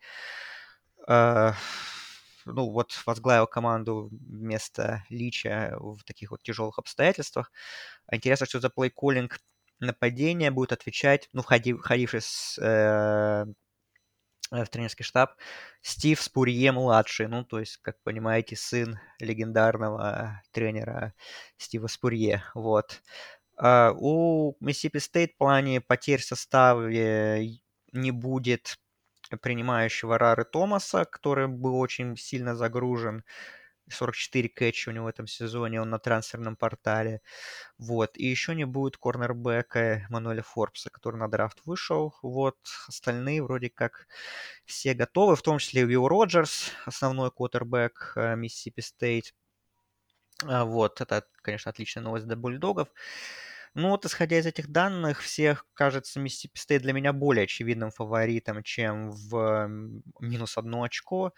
э, ну, вот возглавил команду вместо Лича в таких вот тяжелых обстоятельствах. А интересно, что за плей-коллинг нападения будет отвечать, ну, входи, входивший с, э, э, в тренерский штаб Стив Спурье-младший. Ну, то есть, как понимаете, сын легендарного тренера Стива Спурье. Вот. А у Mississippi State в плане потерь в составе не будет принимающего Рары Томаса, который был очень сильно загружен. сорок четыре кэтча у него в этом сезоне, он на трансферном портале. Вот. И еще не будет корнербека Мануэля Форбса, который на драфт вышел. Вот. Остальные вроде как все готовы, в том числе Уилл Роджерс, основной квотербек Миссисипи Стейт. Вот. Это, конечно, отличная новость для бульдогов. Ну вот, исходя из этих данных, всех кажется Миссисипи Стейт для меня более очевидным фаворитом, чем в м, минус одно очко.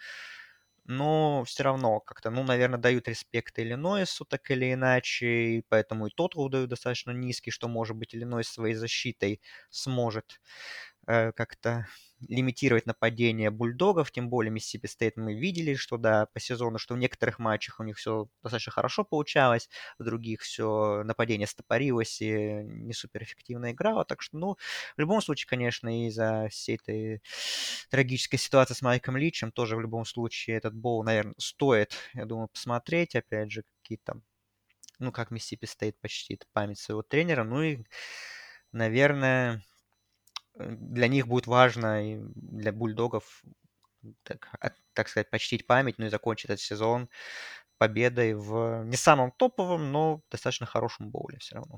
Но все равно как-то, ну, наверное, дают респект Иллинойсу так или иначе, и поэтому и тотал дают достаточно низкий, что, может быть, Иллинойс своей защитой сможет э, как-то лимитировать нападение бульдогов, тем более Миссисипи Стейт мы видели, что да, по сезону, что в некоторых матчах у них все достаточно хорошо получалось, в других все нападение стопорилось и не суперэффективно играло, так что, ну, в любом случае, конечно, из-за всей этой трагической ситуации с Майком Личем тоже в любом случае этот боул, наверное, стоит, я думаю, посмотреть, опять же, какие-то, ну, как Миссисипи Стейт почтит память своего тренера, ну и, наверное, э, для них будет важно, и для бульдогов, так, а- так сказать, почтить память, ну и закончить этот сезон победой в не самом топовом, но достаточно хорошем боуле все равно.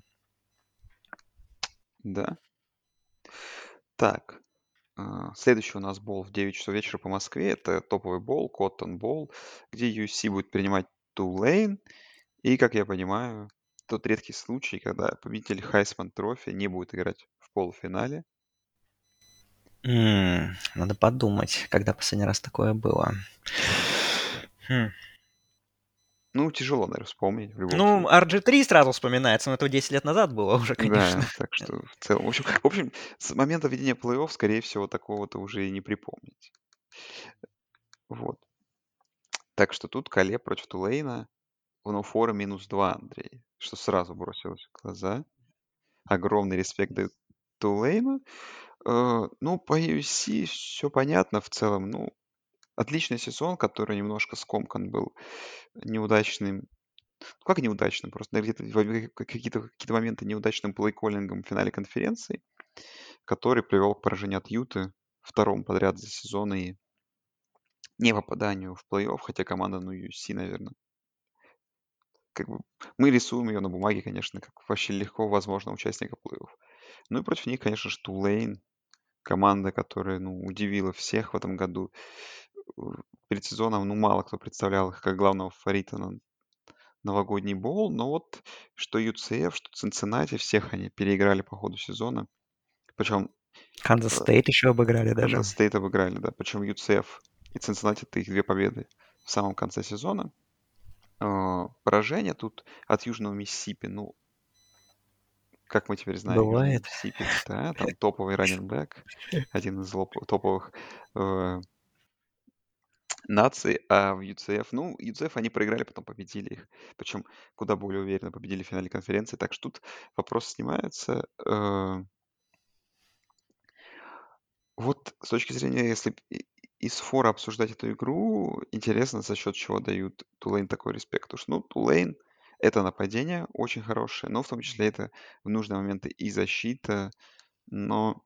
Да. Так, а, следующий у нас бол в девять часов вечера по Москве. Это топовый бол, Коттон Бол, где ю эс си будет принимать Тулейн. И, как я понимаю, тот редкий случай, когда победитель Хайсман Трофи не будет играть в полуфинале. М, надо подумать, когда последний раз такое было. Хм. Ну, тяжело, наверное, вспомнить в любом Ну, случае. ар джи три сразу вспоминается, но это десять лет назад было уже, конечно. Да, так что в целом, в общем, в общем, с момента ведения плей-офф, скорее всего, такого-то уже и не припомнить. Вот. Так что тут Калеб против Тулейна. Ну, фора минус два, Андрей, что сразу бросилось в глаза. Огромный респект даю Тулейну. Э, ну, по ю эф си все понятно в целом. Ну, отличный сезон, который немножко скомкан был неудачным. Ну, как неудачным? Просто, наверно, где-то в в какие-то какие-то моменты неудачным плей-коллингом в финале конференции, который привел к поражению от Юты, второму подряд за сезон, и не попаданию в плей-офф, хотя команда, ну, ю эф си, наверно, как бы мы рисуем ее на бумаге, конечно, как вообще легко возможного участника плей-офф. Ну и против них, конечно же, Тулейн, команда, которая, ну, удивила всех в этом году. Э, Перед сезоном, ну, мало кто представлял их как главного фаворита на новогодний боул, но вот что ю си эф, что Цинциннати, всех они переиграли по ходу сезона. Причем Канзас э, Стейт еще обыграли даже. Канзас Стейт обыграли, да. Причем ю си эф и Цинциннати — это их две победы в самом конце сезона. А, Поражение тут от Южного Миссисипи. Ну, как мы теперь знаем, Южный Бывает. Миссисипи, да, там топовый раннинг-бэк, один из лоп- топовых э, наций, а в ю си эф, ну, ю си эф они проиграли, потом победили их. Причем куда более уверенно победили в финале конференции. Так что тут вопрос снимается. Э, Вот с точки зрения, если б и из фора обсуждать эту игру, интересно, за счет чего дают Тулейн такой респект. Потому что, ну, Тулейн — это нападение очень хорошее, но в том числе это в нужные моменты и защита. Но,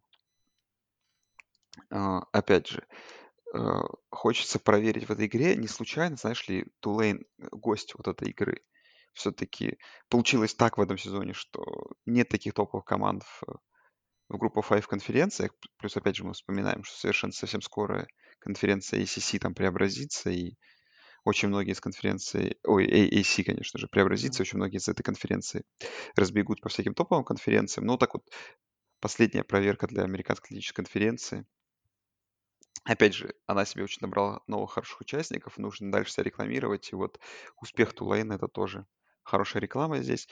а, опять же, э, хочется проверить в этой игре, не случайно, знаешь ли, Тулейн э, гость вот этой игры. Все-таки получилось так в этом сезоне, что нет таких топовых команд в в группа пять конференциях. П- Плюс, опять же, мы вспоминаем, что совершенно совсем скоро конференция эй си си там преобразится, и очень многие из конференции, ой, эй эй си, конечно же, преобразится, очень многие из этой конференции разбегут по всяким топовым конференциям. Ну, так вот, последняя проверка для Американской атлетической конференции. Опять же, она себе очень набрала новых хороших участников, нужно дальше себя рекламировать, и вот успех Тулейна — это тоже хорошая реклама здесь.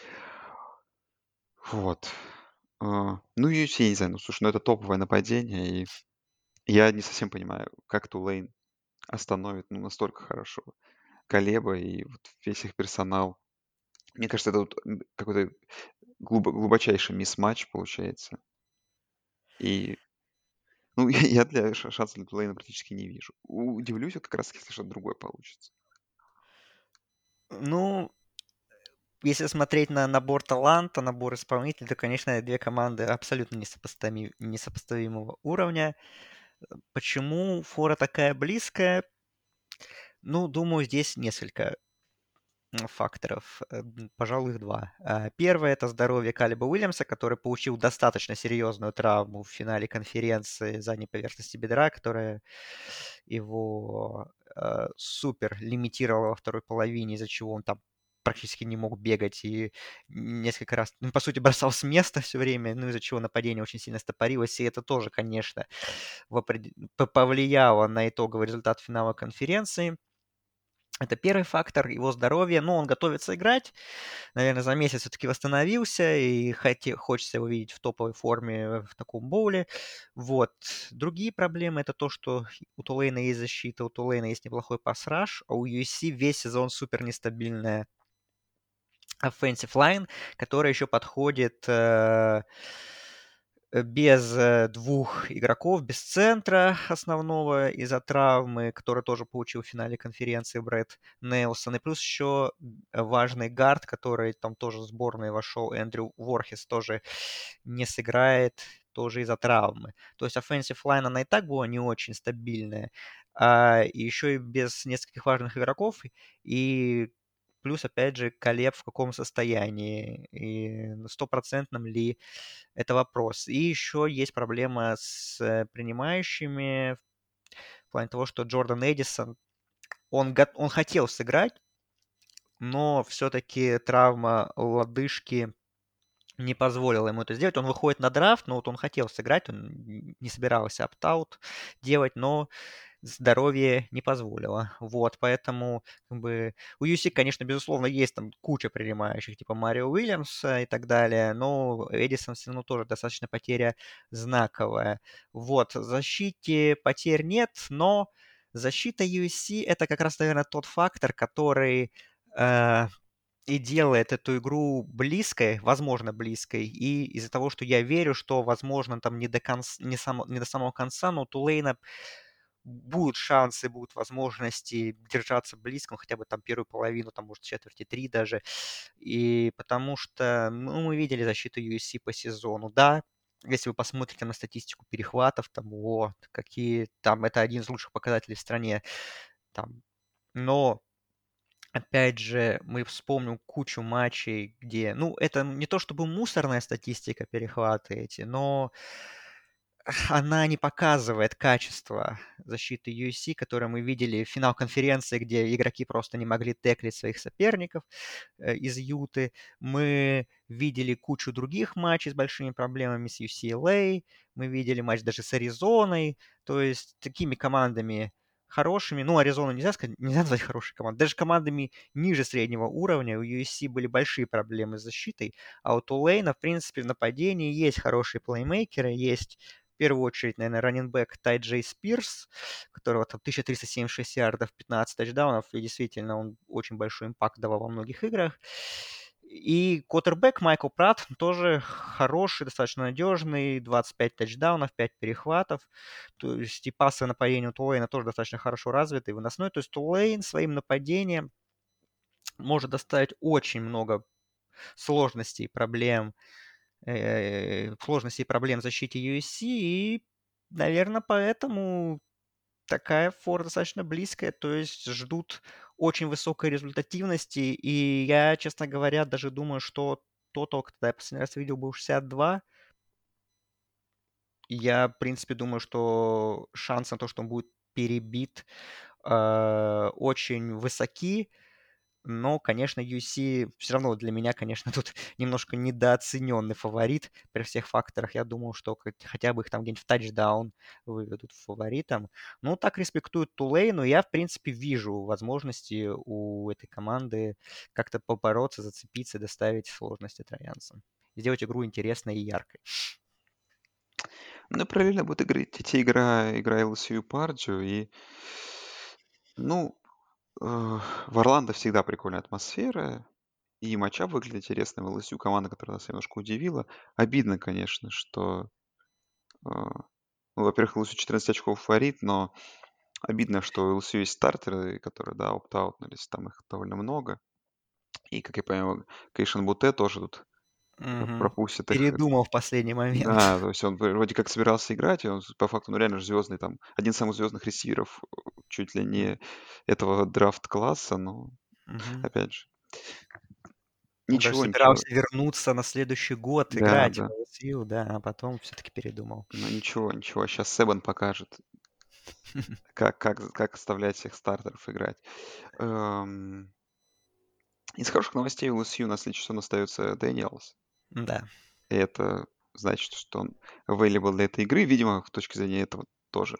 Вот. А, Ну, и я не знаю, ну, слушай, ну это топовое нападение, и я не совсем понимаю, как Тулейн остановит, ну, настолько хорошо Калеба и вот весь их персонал. Мне кажется, это вот м, какой-то глубо- глубочайший мисс-матч получается. И, ну, я для ш- шансов для Тулейна практически не вижу. Удивлюсь, вот как раз, если что-то другое получится. Ну, если смотреть на набор таланта, набор исполнителей, то, конечно, две команды абсолютно несопостави- несопоставимого уровня. Почему фора такая близкая? Ну, думаю, здесь несколько м, факторов. Э, м, Пожалуй, их два. А, Первое — это здоровье Калиба Уильямса, который получил достаточно серьезную травму в финале конференции задней поверхности бедра, которая его э, супер лимитировала во второй половине, из-за чего он там практически не мог бегать и несколько раз, ну, по сути, бросал с места все время, ну, из-за чего нападение очень сильно стопорилось, и это тоже, конечно, в опред- п- повлияло на итоговый результат финала конференции. Это первый фактор, его здоровье. Ну, он готовится играть. Наверное, за месяц все-таки восстановился, и хоте- хочется его видеть в топовой форме в таком боуле. Вот. Другие проблемы — это то, что у Тулейна есть защита, у Тулейна есть неплохой пас-раш, а у ю эс си весь сезон супер нестабильная offensive line, которая еще подходит э, э, без э, двух игроков, без центра основного из-за травмы, который тоже получил в финале конференции Брэд Нелсон. И плюс еще важный гард, который там тоже в сборную вошел, Эндрю Ворхес, тоже не сыграет, тоже из-за травмы. То есть offensive line, она и так была не очень стабильная, а еще и без нескольких важных игроков, и плюс, опять же, Калеб в каком состоянии, и стопроцентном ли это вопрос. И еще есть проблема с э, принимающими в плане того, что Джордан Эдисон, он, го- он хотел сыграть, но все-таки травма лодыжки не позволила ему это сделать. Он выходит на драфт, но вот он хотел сыграть, он не собирался опт-аут делать, но здоровье не позволило. Вот, поэтому как бы у ю эс си, конечно, безусловно, есть там куча принимающих, типа Марио Уильямса и так далее, но Эдисон все равно тоже достаточно потеря знаковая. Вот, в защите потерь нет, но защита ю эс си — это как раз, наверное, тот фактор, который э, и делает эту игру близкой, возможно, близкой. И из-за того, что я верю, что, возможно, там не до, конца, не, само, не до самого конца, но у Тулейна будут шансы, будут возможности держаться близко, ну, хотя бы там первую половину, там, может, четверти три даже. И потому что, ну, мы видели защиту ю эс си по сезону, да, если вы посмотрите на статистику перехватов, там, о, какие, там, это один из лучших показателей в стране, там, но опять же, мы вспомним кучу матчей, где, ну, это не то чтобы мусорная статистика перехваты эти, но она не показывает качество защиты ю эс си, которое мы видели в финал конференции, где игроки просто не могли теклить своих соперников э, из Юты. Мы видели кучу других матчей с большими проблемами с ю си эл эй, мы видели матч даже с Аризоной, то есть такими командами хорошими, ну, Аризону нельзя сказать, нельзя назвать хорошей командой, даже командами ниже среднего уровня у ю эс си были большие проблемы с защитой, а у Тулейна, в принципе, в нападении есть хорошие плеймейкеры, есть в первую очередь, наверное, раннинбэк Тай Джей Спирс, которого там тысяча триста семьдесят шесть ярдов, пятнадцать тачдаунов, и действительно он очень большой импакт давал во многих играх. И квотербек Майкл Пратт тоже хороший, достаточно надежный, двадцать пять тачдаунов, пять перехватов. То есть и пасы нападения у Тулейна тоже достаточно хорошо развиты, и выносной. То есть Тулейн своим нападением может доставить очень много сложностей, проблем, э, сложностей и проблем в защите ю эс си, и, наверное, поэтому такая фора достаточно близкая, то есть ждут очень высокой результативности, и я, честно говоря, даже думаю, что Тотал, когда я последний раз видел, был шестьдесят два. И я, в принципе, думаю, что шанс на то, что он будет перебит, э, очень высоки. Но, конечно, ю эс си все равно для меня, конечно, тут немножко недооцененный фаворит при всех факторах. Я думал, что хоть- хотя бы их там где-нибудь в тачдаун выведут фаворитом. Ну, так респектуют Тулейну. Я, в принципе, вижу возможности у этой команды как-то побороться, зацепиться, доставить сложности троянцам. Сделать игру интересной и яркой. Ну, параллельно будет игры, идти игра, игра эл эс ю и Пардию, и, ну, э, в Орландо всегда прикольная атмосфера, и матчап выглядит интересно. В эл эс ю команда, которая нас немножко удивила. Обидно, конечно, что, э, ну, во-первых, эл эс ю четырнадцать очков фаворит, но обидно, что у эл эс ю есть стартеры, которые, да, опт-аутнулись, там их довольно много. И, как я понимаю, Кейшен Буте тоже тут про- Мгм. пропустит их. Передумал в последний момент. Да, то есть он вро- вроде как собирался играть, и он с- по факту, ну, реально же звездный, там, один из самых звездных ресиверов, э, чуть ли не этого драфт-класса, но, Мгм. опять же, Он даже ничего, ничего. собирался вернуться на следующий год Да, играть в да, эл эс ю, да, а потом все-таки передумал. но ничего, ничего. Сейчас Себан покажет, как, как, как оставлять всех стартеров играть. Эм, Из хороших новостей у эл эс ю на следующий сезон остается Дэниелс. Да. И это значит, что он available для этой игры. Видимо, с точки зрения этого тоже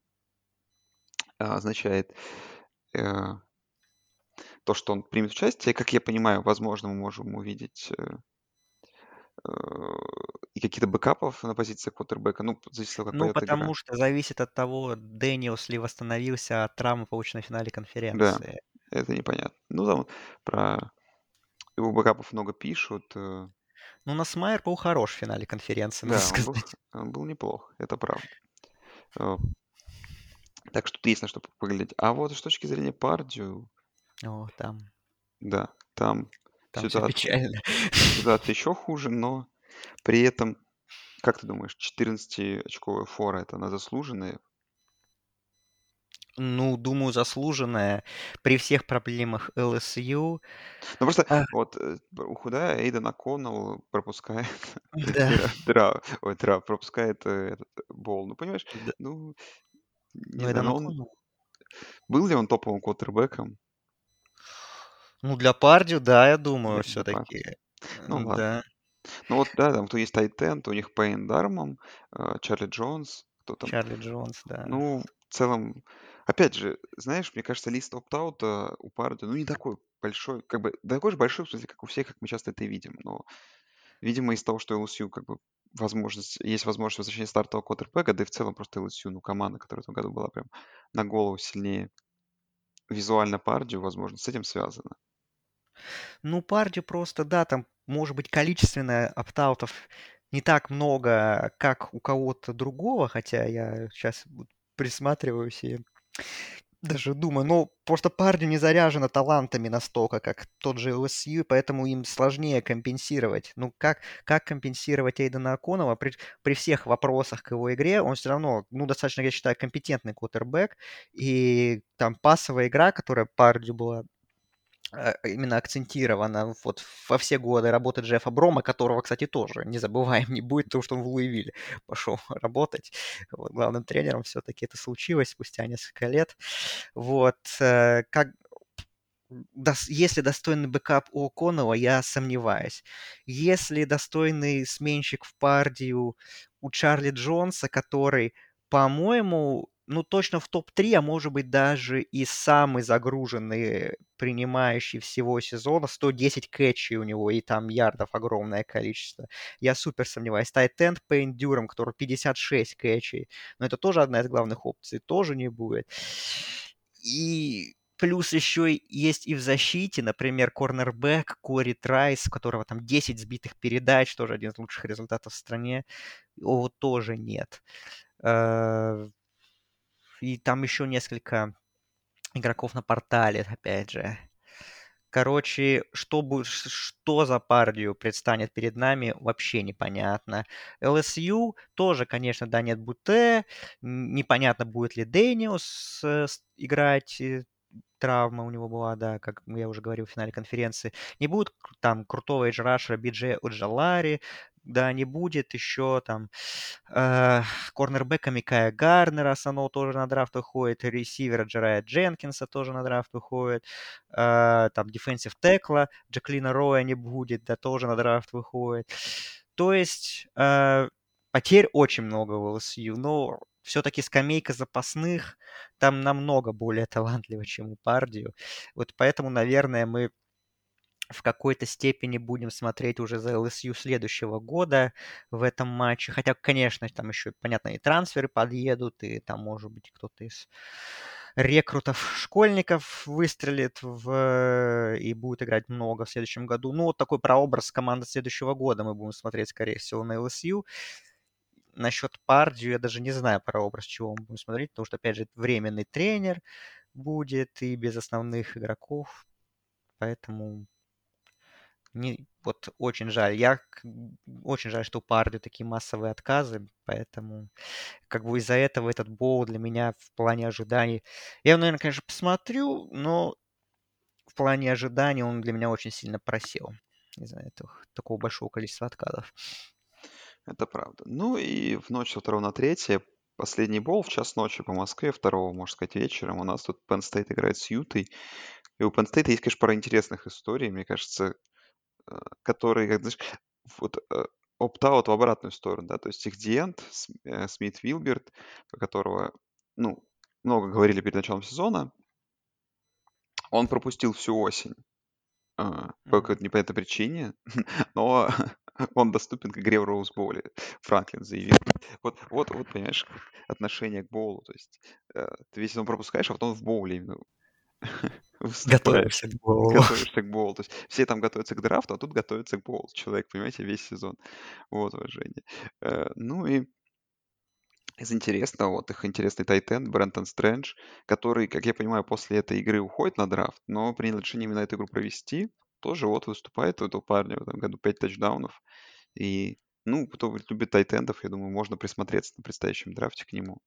а, означает э, то, что он примет участие. Как я понимаю, возможно, мы можем увидеть э, э, и какие-то бэкапов на позиции квотербека. Ну, зависит от того, как Ну, пойдет игра. потому что зависит от того, Дэниелс ли восстановился от травмы, полученной в финале Да, конференции. это непонятно. Ну, там про его бэкапов много пишут. э, Ну, Насмайер был хорош в финале конференции, надо Да, он был, сказать. он был неплох, это правда. Э, Так что тут есть на что поглядеть. А вот с точки зрения Пардию, О, там, да, там там все ситуация, печально. ситуация еще хуже, но при этом, как ты думаешь, четырнадцатиочковая фора — это она заслуженная? Ну, думаю, заслуженная. При всех проблемах эл эс ю. Ну, просто А, вот, э, б худая Эйден О'Коннелл пропускает да, дра дра ой, дра пропускает, э, этот, э, бол. Ну, понимаешь, да. ну, не Ну, знаю, Эйдан но он О'Коннелл. был ли он топовым квотербеком Ну, для Пардию, да, я думаю, для для все-таки. партии? Ну ладно. Да, Ну вот да, там кто есть tight end, у них Пейн Дармом, э, Чарли Джонс, кто там. Чарли Джонс, да. Ну, в целом Опять же, знаешь, мне кажется, лист опт-аута у Пардию, ну, не такой большой, как бы, да такой же большой, в смысле, как у всех, как мы часто это видим. Но, видимо, из того, что эл эс ю, как бы, возможность, есть возможность возвращения стартового квотербека, да и в целом просто эл эс ю, ну, команда, которая в этом году была прям на голову сильнее визуально Пардию, возможно, с этим связано. Ну, Пардию просто, да, там, может быть, количественно оптаутов не так много, как у кого-то другого, хотя я сейчас присматриваюсь и даже думаю, ну, просто Пардию не заряжено талантами настолько, как тот же эл эс ю, поэтому им сложнее компенсировать. Ну, как, как компенсировать Эйдена Аконова при, при всех вопросах к его игре? Он все равно, ну, достаточно, я считаю, компетентный квотербек, и там пасовая игра, которая Пардию была э, именно акцентирована вот во все годы работы Джеффа Брома, которого, кстати, тоже не забываем, не будет, потому что он в Луивилле пошел работать. Вот, главным тренером все-таки это случилось спустя несколько лет. Вот, э, как, дос- если достойный бэкап у О'Коннелла, я сомневаюсь. Если достойный сменщик в Пардию у Чарли Джонса, который, по-моему, ну точно в топ три, а может быть даже и самый загруженный принимающий всего сезона, сто десять кэтчей у него, и там ярдов огромное количество. Я супер сомневаюсь. Тайтенд Пейн Дюром, который пятьдесят шесть кэтчей, но это тоже одна из главных опций, тоже не будет. И плюс еще и есть и в защите, например, корнербэк Кори Трайс, у которого там десять сбитых передач, тоже один из лучших результатов в стране. Его тоже нет. Э, И там еще несколько игроков на портале, опять же. Короче, что, будет, что за партию предстанет перед нами, вообще непонятно. эл эс ю тоже, конечно, да, нет Буте. Непонятно, будет ли Дэниус э, с- играть. э, Травма у него была, да, как я уже говорил в финале конференции. Не будет к- там крутого эджрашера Биджея Оджалари, да, не будет еще там э, корнербека Микая Гарнера, Сано тоже на драфт выходит, ресивера Джерая Дженкинса тоже на драфт выходит, э, там дефенсив текла Джаклина Роя не будет, да, тоже на драфт выходит. То есть э, потерь очень много в эл эс ю, но все-таки скамейка запасных там намного более талантливо, чем у Пардию. Вот поэтому, наверное, мы в какой-то степени будем смотреть уже за эл эс ю следующего года в этом матче. Хотя, конечно, там еще, понятно, и трансферы подъедут, и там, может быть, кто-то из рекрутов школьников выстрелит в... и будет играть много в следующем году. Ну, вот такой прообраз команды следующего года мы будем смотреть, скорее всего, на эл эс ю. Насчет Пардию я даже не знаю прообраз, чего мы будем смотреть, потому что, опять же, это временный тренер будет и без основных игроков. Поэтому не, вот очень жаль. Я к- очень жаль, что у Парды такие массовые отказы, поэтому как бы из-за этого этот боул для меня в плане ожиданий. Я, его, наверное, конечно, посмотрю, но в плане ожиданий он для меня очень сильно просел из-за этого такого большого количества отказов. Это правда. Ну и в ночь со второго на третье последний бол в час ночи по Москве, второго, можно сказать, вечером. У нас тут Penn State играет с Ютой. И у Penn State есть, конечно, пара интересных историй, мне кажется, э, которые, как знаешь, вот э, опт-аут в обратную сторону, да, то есть их диент Смит Вилберт, про которого, ну, много говорили перед началом сезона, он пропустил всю осень а, по Мгм. какой-то непонятной причине, но он доступен к игре в Роуз-Боуле, Франклин заявил. Вот, вот, вот, понимаешь, отношение к боулу. То есть э, ты весь сезон пропускаешь, а потом в боуле именно выступаешь, Готовишься к боулу. готовишься к боулу. То есть все там готовятся к драфту, а тут готовится к боулу. Человек, понимаете, весь сезон. Вот, уважение. Э, Ну и из интересного, вот их интересный тайтенд Брентон Стрэндж, который, как я понимаю, после этой игры уходит на драфт, но принял решение именно эту игру провести. Тоже вот выступает у этого парня в этом году пять тачдаунов. И, ну, кто вот любит тайтендов, я думаю, можно присмотреться на предстоящем драфте к нему.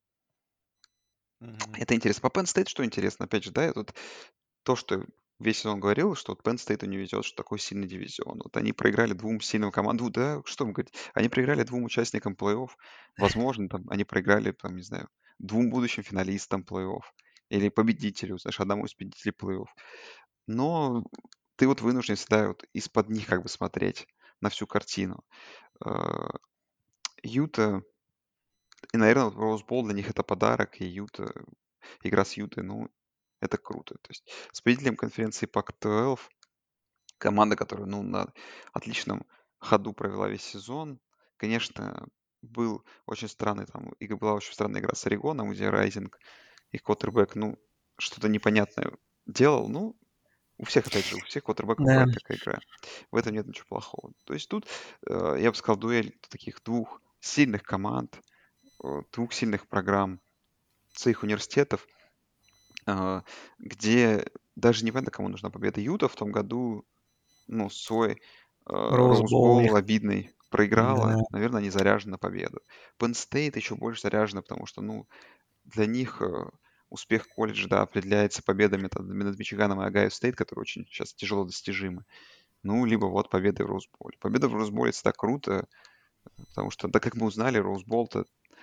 Мгм. Это интересно. По Penn State что интересно? Опять же, да, я тут то, что весь сезон говорил, что вот Penn State не везет, что такой сильный дивизион. Вот они проиграли двум сильным командам. Да, что вам говорить? Они проиграли двум участникам плей-офф. Возможно, там они проиграли, там, не знаю, двум будущим финалистам плей-офф. Или победителю, знаешь, одному из победителей плей-офф. Но ты вот вынужден всегда вот из-под них как бы смотреть на всю картину. Э, Юта, и, наверное, вот Rose Bowl для них это подарок, и Юта игра с Ютой, ну, это круто. То есть с победителем конференции пак двенадцать, команда, которая, ну, на отличном ходу провела весь сезон. Конечно, был очень странный там, и была очень странная игра с Орегоном, где Райзинг, их квотербек, ну, что-то непонятное делал. Ну, у всех, опять же, у всех квотербеков Да. бывает такая игра. В этом нет ничего плохого. То есть тут, э, я бы сказал, дуэль таких двух сильных команд, э, двух сильных программ своих университетов, а, где даже непонятно, кому нужна победа. Юта в том году, ну, свой Роуз Роузбол у них. Боул обидный проиграла. Да. Наверное, они заряжены на победу. Penn State еще больше заряжена, потому что, ну, для них э, успех колледжа, да, определяется победами там, над Мичиганом и Огайо Стейт, которые очень сейчас тяжело достижимы. Ну, либо вот победы в Роузболе. Победа в Роузболе — это так круто, потому что, да, как мы узнали, Роузбол — это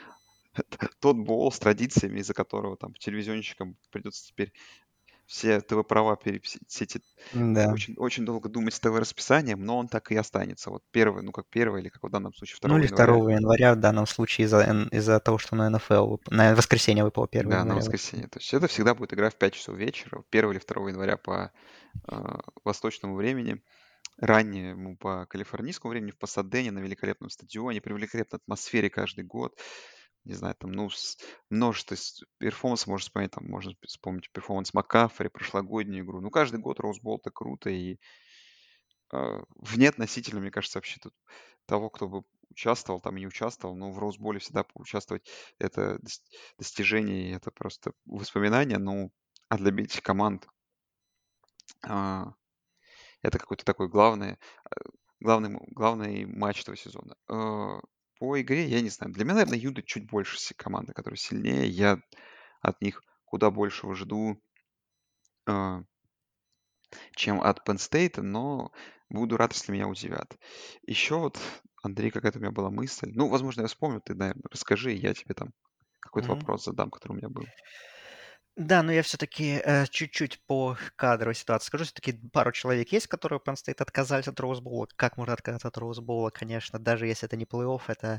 тот боул с традициями, из-за которого там телевизионщикам придется теперь все ТВ-права, пере- все все эти Да. очень, очень долго думать с ТВ-расписанием, но он так и останется. Вот первый, ну как первый, или как в данном случае Ну второго или января. второго января в данном случае из-за эн- из-за того, что на эн эф эл, вып- на воскресенье выпало первого Да, на января. воскресенье. То есть это всегда будет игра в пять часов вечера, первого или второго января по э, восточному времени. Раннему по калифорнийскому времени в Пасадене на великолепном стадионе, при великолепной атмосфере каждый год. Не знаю, там, ну, с- множество с- перформансов можно вспомнить, там, можно вспомнить перформанс Маккафери, прошлогоднюю игру. Ну, каждый год Роузбол — это круто, и а, вне относительно, мне кажется, вообще тут того, кто бы участвовал там и не участвовал, но в Роузболе всегда поучаствовать — это дос- достижение, и это просто воспоминания. Ну, а для этих команд а, это какой-то такой главный, а, главный, м- главный матч этого сезона. А, По игре, я не знаю. Для меня, наверное, Юда чуть больше си- команда, которая сильнее. Я от них куда большего жду, а, чем от Penn State, но буду рад, если меня удивят. Еще вот, Андрей, какая-то у меня была мысль. Ну, возможно, я вспомню, ты, наверное, расскажи, и я тебе там какой-то Мгм. вопрос задам, который у меня был. Да, но я все-таки чуть-чуть по кадровой ситуации скажу. Все-таки пару человек есть, которые Penn State отказались от Роузбола. Как можно отказаться от Роузбола, конечно, даже если это не плей-офф, это...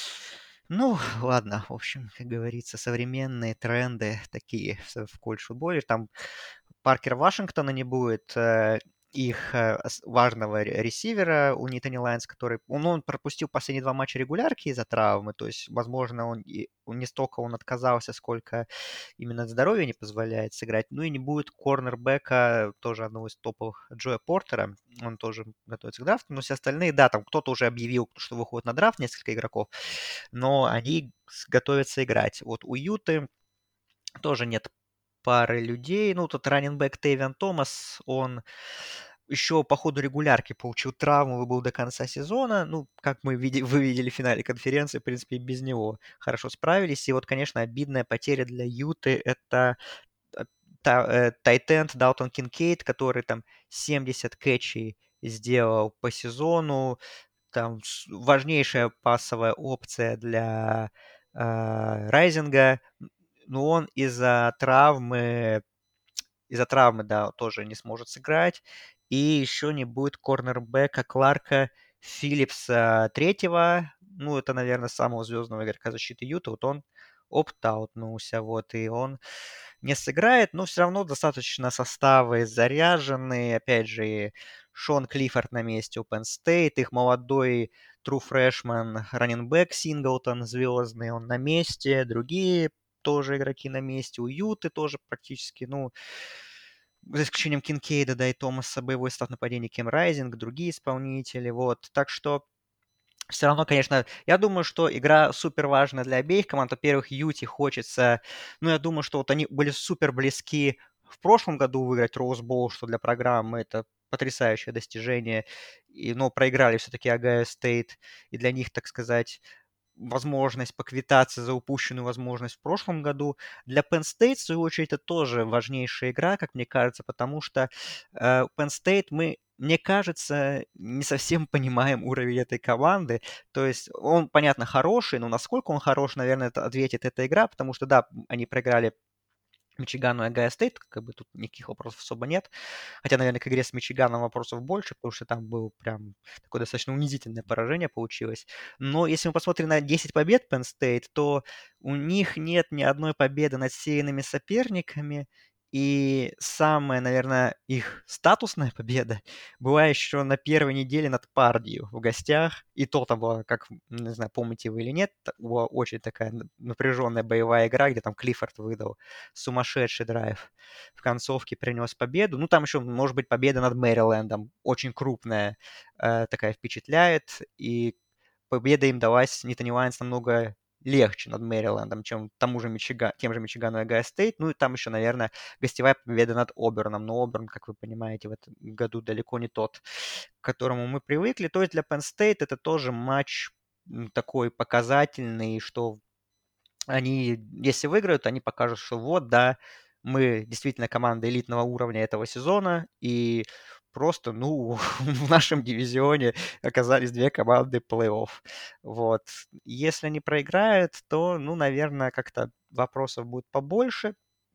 Ну, ладно, в общем, как говорится, современные тренды такие в, в колледж-футболе. Там Паркера Вашингтона не будет, э, их э, ос- важного ре- ресивера у Нитани Лайнс, который, он, он пропустил последние два матча регулярки из-за травмы, то есть, возможно, он, и- он не столько он отказался, сколько именно здоровье не позволяет сыграть. Ну и не будет корнербека, тоже одного из топовых, Джоя Портера, он тоже готовится к драфту, но все остальные, да, там кто-то уже объявил, что выходит на драфт, несколько игроков, но они с- готовятся играть. Вот у Юты тоже нет пары людей. Ну, тут раннинбэк Тейвиан Томас, он еще по ходу регулярки получил травму и был до конца сезона. Ну, как мы види- вы видели в финале конференции, в принципе, и без него хорошо справились. И вот, конечно, обидная потеря для Юты — это э, та- э, тайтенд Далтон Кинкейд, который там семьдесят кэчей сделал по сезону, там с- важнейшая пасовая опция для э, Райзинга, но он из-за травмы, из-за травмы, да, тоже не сможет сыграть. И еще не будет корнербека Кларка Филлипса третьего. Ну, это, наверное, самого звездного игрока защиты Юта. Вот он опт-аутнулся, вот, и он не сыграет, но все равно достаточно составы заряжены. Опять же, и Шон Клиффорд на месте у Penn State, их молодой true freshman раннинбэк Синглтон звездный, он на месте, другие тоже игроки на месте, у Юты тоже практически, ну, за исключением Кинкейда, да, и Томаса, боевой став нападения Кем Райзинг, другие исполнители, вот. Так что все равно, конечно, я думаю, что игра супер важна для обеих команд. Во-первых, Юти хочется, ну, я думаю, что вот они были супер близки в прошлом году выиграть Роуз Боул, что для программы это потрясающее достижение, и, но проиграли все-таки Агайо Стейт, и для них, так сказать, возможность поквитаться за упущенную возможность в прошлом году. Для Penn State, в свою очередь, это тоже важнейшая игра, как мне кажется, потому что э, Penn State мы, мне кажется, не совсем понимаем уровень этой команды. То есть он, понятно, хороший, но насколько он хорош, наверное, это ответит эта игра, потому что, да, они проиграли Мичигану и Огайо Стейт, как бы тут никаких вопросов особо нет. Хотя, наверное, к игре с Мичиганом вопросов больше, потому что там было прям такое достаточно унизительное поражение получилось. Но если мы посмотрим на десять побед Penn State, то у них нет ни одной победы над сильными соперниками. И самая, наверное, их статусная победа была еще на первой неделе над Пардию в гостях. И то там была, как, не знаю, помните вы или нет, та- была очень такая н- напряженная боевая игра, где там Клиффорд выдал сумасшедший драйв в концовке, принес победу. Ну, там еще, может быть, победа над Мэрилендом, очень крупная, э, такая впечатляет. И победа им далась Нитани Лайонс намного легче над Мэрилендом, чем тому же Мичига, тем же Мичигану и Огайо Стейт. Ну и там еще, наверное, гостевая победа над Оберном. Но Оберн, как вы понимаете, в этом году далеко не тот, к которому мы привыкли. То есть для Penn State это тоже матч м, такой показательный, что они, если выиграют, они покажут, что вот, да, мы действительно команда элитного уровня этого сезона, и просто, ну, в нашем дивизионе оказались две команды плей-офф. Вот. Если они проиграют, то, ну, наверное, как-то вопросов будет побольше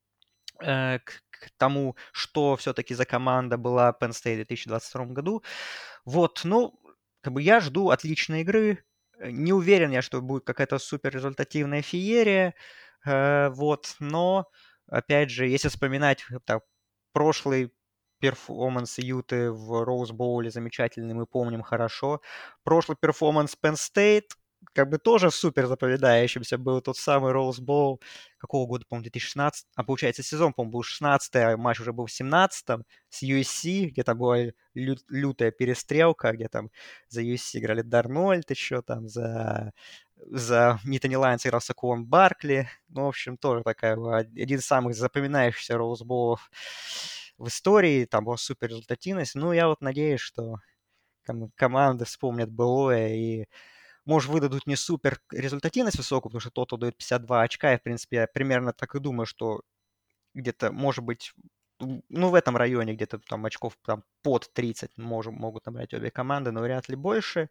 э, к, к тому, что все-таки за команда была Penn State в две тысячи двадцать втором году. Вот, ну, как бы я жду отличной игры. Э, Не уверен я, что будет какая-то супер результативная феерия. Э, вот, но, опять же, если вспоминать э, так, прошлый перформанс Юты в Роуз Боуле замечательный, мы помним хорошо. Прошлый перформанс Penn State как бы тоже супер запоминающимся был тот самый Роуз Боул. Какого года, по-моему, две тысячи шестнадцатый? А получается, сезон, по-моему, был шестнадцатый, а матч уже был в семнадцатом с ю эс си, где там была лю- лютая перестрелка, где там за ю эс си играли Дарнольд еще, там за, за Нитани Лайонс играл Сакуон Баркли. Ну, в общем, тоже такая была один из самых запоминающихся роузболов в истории. Там была супер результативность. Ну, я вот надеюсь, что ком- команды вспомнят былое и, может, выдадут не супер результативность высокую, потому что тот дает пятьдесят два очка, и, в принципе, я примерно так и думаю, что где-то, может быть, м, ну, в этом районе где-то там очков там под тридцать можем, могут набрать обе команды, но вряд ли больше.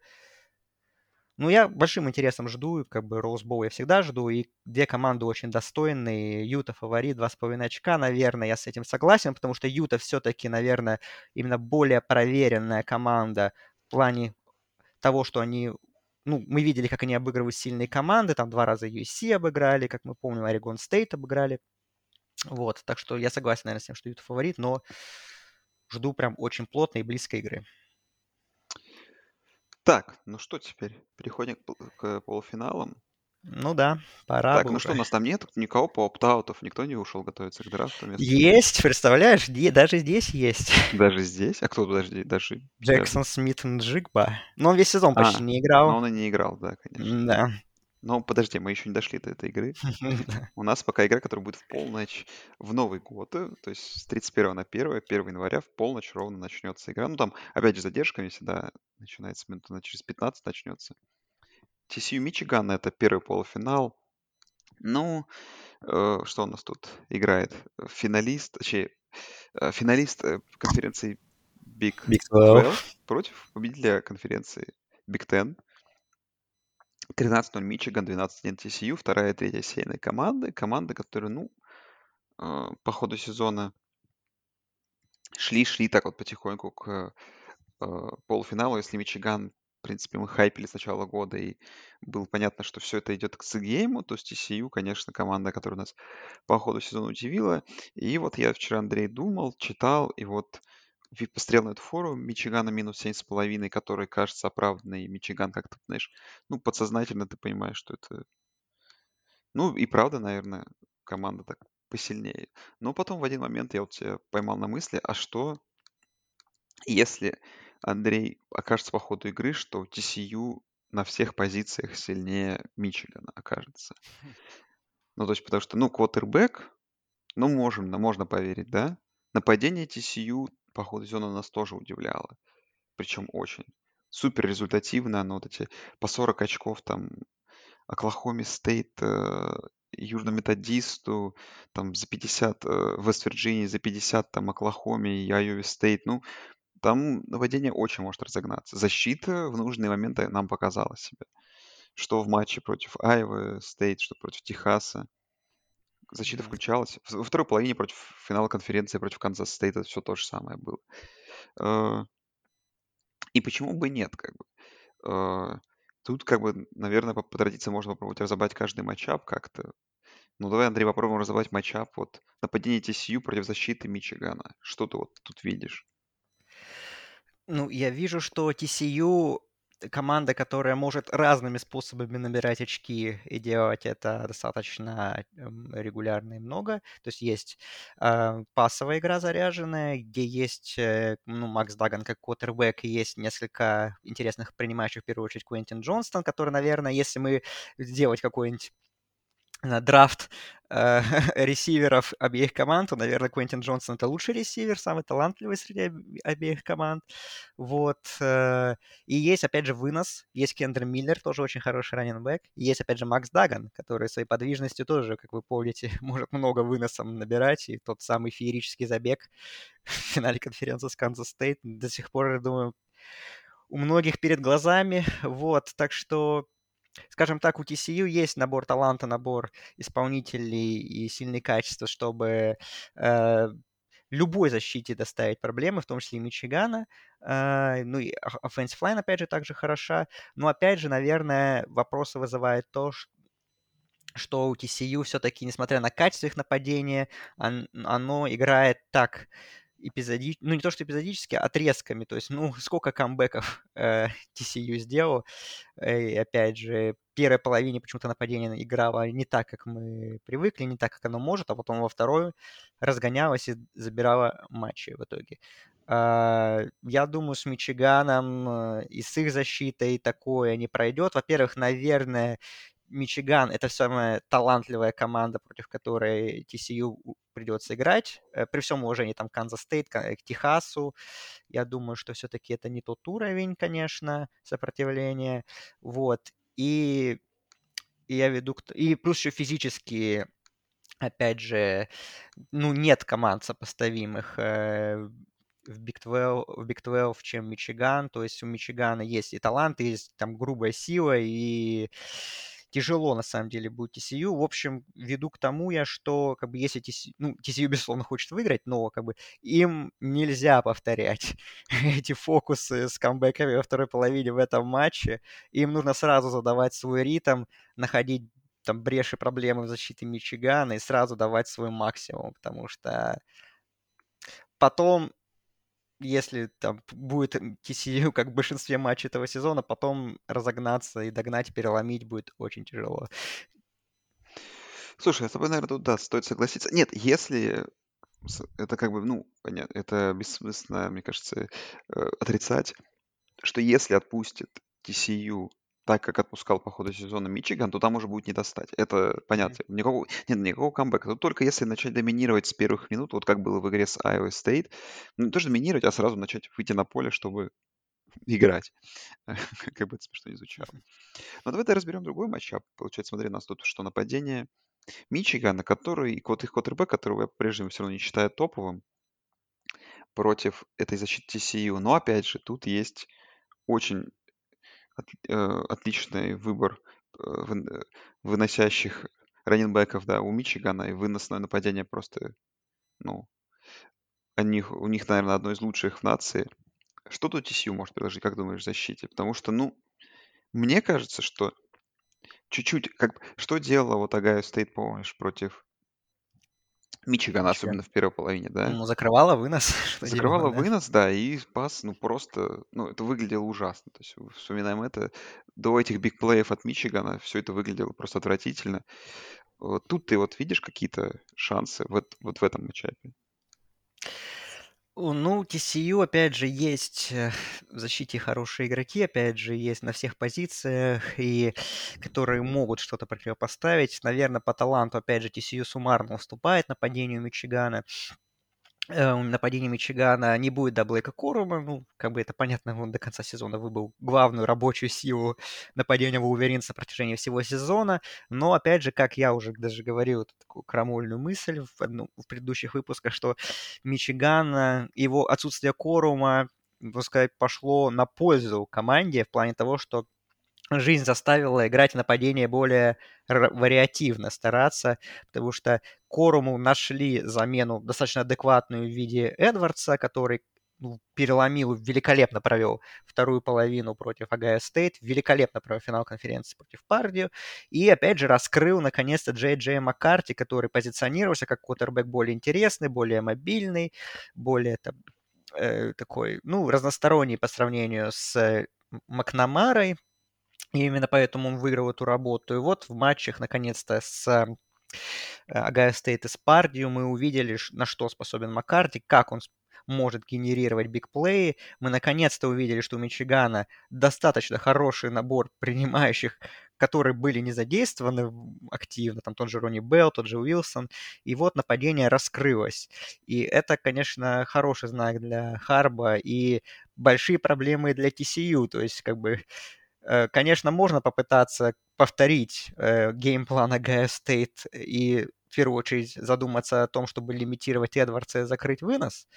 Ну, я большим интересом жду, как бы Rose Bowl я всегда жду, и две команды очень достойные. Юта фаворит, два с половиной очка, наверное, я с этим согласен, потому что Юта все-таки, наверное, именно более проверенная команда в плане того, что они, ну, мы видели, как они обыгрывают сильные команды, там два раза ю эс си обыграли, как мы помним, Орегон Стейт обыграли. Вот, так что я согласен, наверное, с тем, что Юта фаворит, но жду прям очень плотной и близкой игры. Так, ну что теперь? Переходим к, пол- к полуфиналам. Ну да, пора Так, бы ну что, уже. у нас там нет никого по опт-аутов, никто не ушел готовиться к драфту вместо тебя. Есть, представляешь, де- даже здесь есть. Даже здесь? А кто, подожди, даже, даже... Джексон Смит Нджигба. Но он весь сезон почти А, не играл. но он и не играл, да, конечно. Да. Но подожди, мы еще не дошли до этой игры. У нас пока игра, которая будет в полночь в Новый год, э, то есть с тридцать первого на первое, первого января в полночь ровно начнется игра. Ну, там, опять же, с задержками всегда начинается минут на через пятнадцать начнется. ти си ю Мичиган — это первый полуфинал. Ну, э, что у нас тут играет? Финалист, точнее, э, финалист э, конференции Big Биг двенадцать. двенадцать против победителя конференции Big десять. тринадцать ноль Мичиган, двенадцать один ти си ю, вторая и третья сеянные команды. Команды, которые, ну, э, по ходу сезона шли-шли так вот потихоньку к э, полуфиналу. Если Мичиган, в принципе, мы хайпили с начала года, и было понятно, что все это идет к Сигейму, то с ти си ю, конечно, команда, которая нас по ходу сезона удивила. И вот я вчера, Андрей, думал, читал, и вот ви- посмотрел на эту фору Мичигана минус семь с половиной, который кажется оправданный. И Мичиган как-то, знаешь, ну, подсознательно ты понимаешь, что это... Ну, и правда, наверное, команда так посильнее. Но потом в один момент я вот себя поймал на мысли, а что, если Андрей окажется по ходу игры, что ти си ю на всех позициях сильнее Мичигана окажется? Ну, то есть, потому что, ну, квотербек, ну, можем, да, можно поверить, да? Нападение ти си ю по ходу сезона нас тоже удивляло. Причем очень. Супер результативно. Оно вот эти по сорок очков там Оклахоме Стейт, э, Южному Методисту, там за пятьдесят э, Вест-Вирджинии, за пятьдесят там Оклахоме и Айове Стейт. Ну, там нападение очень может разогнаться. Защита в нужные моменты нам показала себя. Что в матче против Айовы Стейт, что против Техаса. защита Мгм. включалась. В- Во второй половине против финала конференции против Канзас Стейта все то же самое было. Э, И почему бы нет, как бы. Э, Тут, как бы, наверное, по, по традиции можно попробовать разобрать каждый матчап как-то. Ну, давай, Андрей, попробуем разобрать матчап. Вот нападение Ти Си Ю против защиты Мичигана. Что ты вот тут видишь? Ну, я вижу, что Ти Си Ю команда, которая может разными способами набирать очки и делать это достаточно эм, регулярно и много. То есть есть э, пасовая игра заряженная, где есть э, ну, Макс Даган как квотербек, и есть несколько интересных принимающих, в первую очередь, Куэнтин Джонстон, который, наверное, если мы сделать какой-нибудь на драфт э, ресиверов обеих команд, то, наверное, Квентин Джонсон это лучший ресивер, самый талантливый среди об- обеих команд. Вот. э, И есть, опять же, вынос. Есть Кендер Миллер, тоже очень хороший раннинбэк. И есть, опять же, Макс Даган, который своей подвижностью тоже, как вы помните, может много выносом набирать. И тот самый феерический забег в финале конференции с Канзас Стейт до сих пор, я думаю, у многих перед глазами. Вот. Так что скажем так, у Ти Си Ю есть набор таланта, набор исполнителей и сильные качества, чтобы э, любой защите доставить проблемы, в том числе и Мичигана. Э, ну и о- offensive line, опять же, также хороша. Но, опять же, наверное, вопросы вызывает то, ш- что у Ти Си Ю все-таки, несмотря на качество их нападения, он- оно играет так эпизоди... ну не то что эпизодически, а отрезками. То есть, ну, сколько камбэков э, Ти Си Ю сделал, Э, И опять же, в первой половине почему-то нападение играло не так, как мы привыкли, не так, как оно может, а потом во второй разгонялось и забирало матчи в итоге. А, Я думаю, с Мичиганом э, и с их защитой такое не пройдет. Во-первых, наверное, Мичиган — это самая талантливая команда, против которой Ти Си Ю придется играть. Э, При всем уважении там Канзас Стейт, к Техасу, я думаю, что все-таки это не тот уровень, конечно, сопротивления. Вот. И, и я веду... к т- И плюс еще физически, опять же, ну, нет команд сопоставимых э, в Big двенадцать, в Big двенадцать, чем Мичиган. То есть у Мичигана есть и талант, и есть там грубая сила, и тяжело, на самом деле, будет Ти Си Ю. В общем, веду к тому я, что, как бы, если Ти Си Ю, ну, Ти Си Ю, безусловно, хочет выиграть, но, как бы, им нельзя повторять эти фокусы с камбэками во второй половине в этом матче. Им нужно сразу задавать свой ритм, находить там бреши, проблемы в защите Мичигана и сразу давать свой максимум, потому что потом, если там будет Ти Си Ю, как в большинстве матчей этого сезона, потом разогнаться и догнать, переломить будет очень тяжело. Слушай, я с тобой, наверное, тут, да, стоит согласиться. Нет, если с- это как бы, ну, понятно, это бессмысленно, мне кажется, э, отрицать, что если отпустит Ти Си Ю так, как отпускал по ходу сезона Мичиган, то там уже будет не достать. Это Мгм. понятно. Никакого, нет, никакого камбэка. Тут только если начать доминировать с первых минут, вот как было в игре с Iowa State, ну, не то, что доминировать, а сразу начать выйти на поле, чтобы играть. Как бы это смешно не звучало. Но давай разберем другой матчап. Получается, смотри, у нас тут что нападение Мичигана, который, вот их квотербек, которого я по-прежнему все равно не считаю топовым, против этой защиты Ти Си Ю. Но опять же, тут есть очень от- э, отличный выбор э, вын- э, выносящих раненбеков, да, у Мичигана, и выносное нападение просто, ну, у них, у них, наверное, одно из лучших в нации. Что тут Ти Си Ю может предложить, как думаешь, в защите? Потому что, ну, мне кажется, что чуть-чуть, как бы, что делала вот Агайо Стейт, помнишь, против Мичигана, особенно Мичиган. в первой половине, да? Ну, закрывала вынос, что делала, Закрывала да. вынос, да, и пас, ну, просто, ну, это выглядело ужасно. То есть, вспоминаем это, до этих бигплеев от Мичигана все это выглядело просто отвратительно. Вот тут ты вот видишь какие-то шансы вот, вот в этом матчапе? У, Ну, Ти Си Ю, опять же, есть э, в защите хорошие игроки, опять же, есть на всех позициях, и которые могут что-то противопоставить. Наверное, по таланту, опять же, Ти Си Ю суммарно уступает нападению Мичигана. Э, нападение Мичигана не будет до Блейка Корума, ну, как бы это понятно, он до конца сезона выбыл главную рабочую силу нападения Вулверинца на протяжении всего сезона, но, опять же, как я уже даже говорил, эту такую крамольную мысль в, одну, в предыдущих выпусках, что Мичиган, э, его отсутствие Корума, можно сказать, пошло на пользу команде в плане того, что жизнь заставила играть нападение более р- вариативно стараться, потому что Коруму нашли замену достаточно адекватную в виде Эдвардса, который ну, переломил, великолепно провел вторую половину против Агайо Стейт, великолепно провел финал конференции против Пардию, и опять же раскрыл наконец-то Джей Джей Маккарти, который позиционировался как квотербек более интересный, более мобильный, более там, э, такой, ну, разносторонний по сравнению с э, Макнамарой, и именно поэтому он выиграл эту работу. И вот в матчах, наконец-то, с Агайо Стейт и Спардию мы увидели, ш- на что способен Маккарти, как он с- может генерировать бигплеи. Мы наконец-то увидели, что у Мичигана достаточно хороший набор принимающих, которые были не задействованы в- активно. Там тот же Ронни Белл, тот же Уилсон. И вот нападение раскрылось. И это, конечно, хороший знак для Харба и большие проблемы для Ти Си Ю. То есть, как бы, Э, конечно, можно попытаться повторить э, геймплан Агайо Стейт и в первую очередь задуматься о том, чтобы лимитировать Эдвардса и закрыть вынос,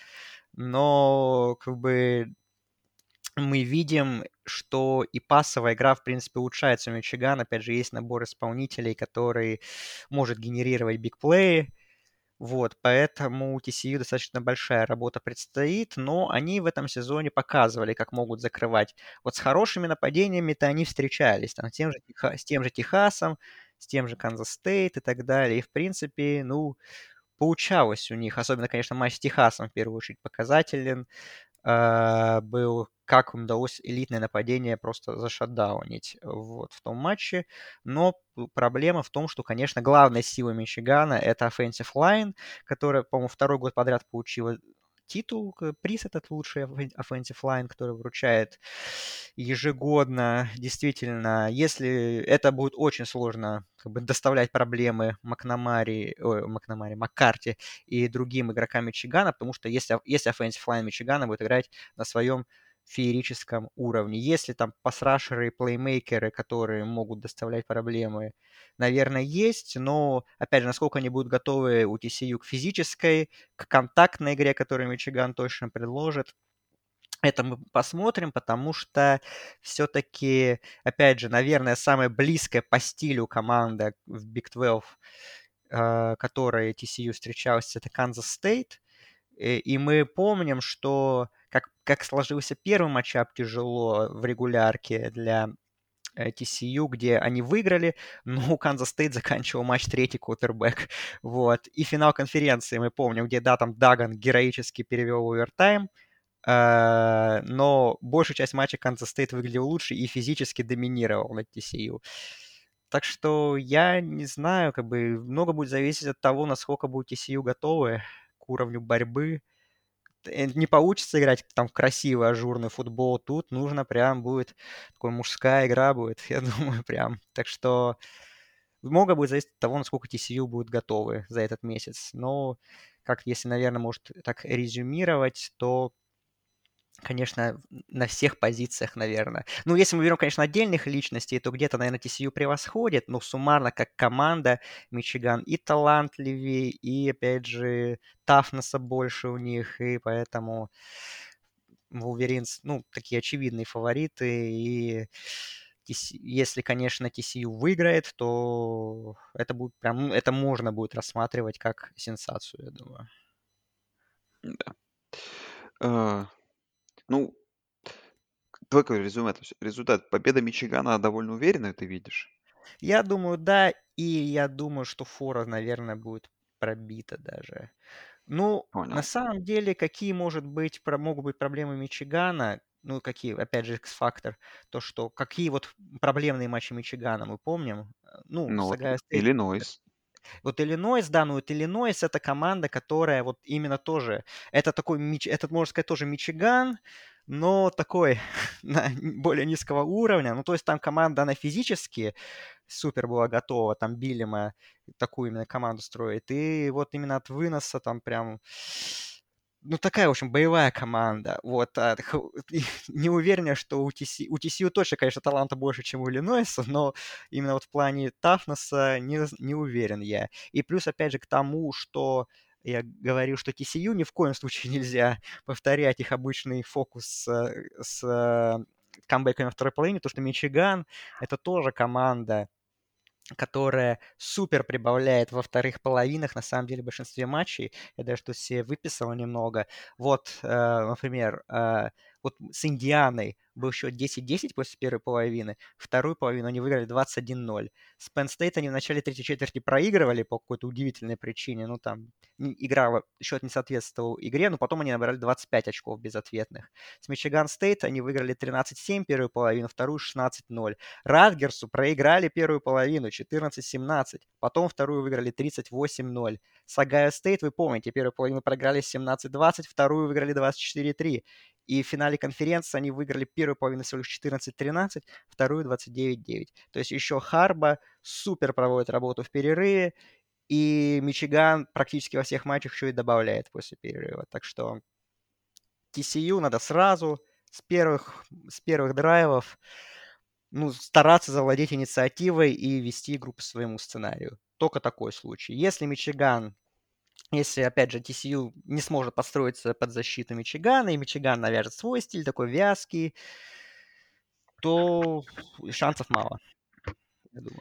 но как бы мы видим, что и пассовая игра, в принципе, улучшается у Мичигана. Опять же, есть набор исполнителей, который может генерировать бигплеи, вот, поэтому у Ти Си Ю достаточно большая работа предстоит, но они в этом сезоне показывали, как могут закрывать. Вот с хорошими нападениями-то они встречались, там, с тем же, Теха- с тем же Техасом, с тем же Канзас Стейт и так далее. И, в принципе, ну, получалось у них, особенно, конечно, матч с Техасом в первую очередь показателен а, был, как им удалось элитное нападение просто зашатдаунить вот, в том матче. Но проблема в том, что, конечно, главная сила Мичигана — это offensive line, которая, по-моему, второй год подряд получила титул, к- приз этот лучший офен- offensive line, который вручает ежегодно. Действительно, если это будет очень сложно как бы доставлять проблемы Макнамари, ой, Макнамари, Маккарти и другим игрокам Мичигана, потому что если, если offensive line Мичигана будет играть на своем феерическом уровне. Если там пасрашеры и плеймейкеры, которые могут доставлять проблемы, наверное, есть, но, опять же, насколько они будут готовы у Ти Си Ю к физической, к контактной игре, которую Мичиган точно предложит, это мы посмотрим, потому что все-таки, опять же, наверное, самая близкая по стилю команда в Биг двенадцать, э, которой Ти Си Ю встречался, это Канзас Стейт. И, и мы помним, что как, как сложился первый матчап тяжело в регулярке для э, Ти Си Ю, где они выиграли, но у Канзас Стейт заканчивал матч третий квотербек. Вот. И финал конференции мы помним, где, да, там Даган героически перевел овертайм, э, но большую часть матча Канзас Стейт выглядел лучше и физически доминировал над Ти Си Ю. Так что я не знаю, как бы много будет зависеть от того, насколько будут Ти Си Ю готовы к уровню борьбы. Э, Не получится играть там в красивый ажурный футбол, тут нужно прям будет, такой мужская игра будет, я думаю, прям. Так что много будет зависеть от того, насколько Ти Си Ю будут готовы за этот месяц. Но как если, наверное, может так резюмировать, то конечно, на всех позициях, наверное. Ну, если мы берем, конечно, отдельных личностей, то где-то, наверное, Ти Си Ю превосходит, но суммарно, как команда, Мичиган и талантливее, и, опять же, тафнеса больше у них, и поэтому Вулверинс, ну, такие очевидные фавориты, и Ти Си если, конечно, Ти Си Ю выиграет, то это будет прям, ну, это можно будет рассматривать как сенсацию, я думаю. Да. Э, ну, давай какое резюме это всё. Результат. Победа Мичигана довольно уверенная, ты видишь? Я думаю, да, и я думаю, что фора, наверное, будет пробита даже. Ну, на Понял. самом деле, какие может быть, про- могут быть проблемы Мичигана? Ну, какие, опять же, X-фактор, то, что какие вот проблемные матчи Мичигана мы помним. Э, Ну, Ну с вот, Огайо Стейт. Иллинойс. Вот Иллинойс, да, ну вот Иллинойс — это команда, которая вот именно тоже, это такой, Мич- этот, можно сказать, тоже Мичиган, но такой на более низкого уровня. Ну, то есть там команда, она физически супер была готова, там Биллима такую именно команду строит. И вот именно от выноса там прям, ну, такая, в общем, боевая команда. Вот. а, х- и не уверен, я, что у Ти Си, у Ти Си Ю точно, конечно, таланта больше, чем у Иллинойса, но именно вот в плане тафнеса не, з- не уверен я. И плюс, опять же, к тому, что я говорил, что Ти Си Ю ни в коем случае нельзя повторять их обычный фокус с, с камбэками во второй половине, потому что Мичиган — это тоже команда, которая супер прибавляет во вторых половинах, на самом деле, в большинстве матчей. Я даже тут себе выписал немного. Вот, э, например, э, вот с Индианой был счет десять десять после первой половины, вторую половину они выиграли двадцать один ноль. С Penn State они в начале третьей четверти проигрывали по какой-то удивительной причине, ну там н- игра, во- счет не соответствовал игре, но потом они набрали двадцать пять очков безответных. С Michigan State они выиграли тринадцать семь первую половину, вторую шестнадцать ноль. Радгерсу проиграли первую половину четырнадцать семнадцать, потом вторую выиграли тридцать восемь ноль. С Огайо Стейт, вы помните, первую половину проиграли семнадцать двадцать, вторую выиграли двадцать четыре три. И в финале конференции они выиграли первую половину всего лишь четырнадцать тринадцать, вторую двадцать девять девять. То есть еще Харба супер проводит работу в перерыве, и Мичиган практически во всех матчах еще и добавляет после перерыва. Так что ти си ю надо сразу, с первых, с первых драйвов, ну, стараться завладеть инициативой и вести игру по своему сценарию. Только такой случай. Если Мичиган, если, опять же, ти си ю не сможет подстроиться под защиту Мичигана, и Мичиган навяжет свой стиль, такой вязкий, то шансов мало, я думаю.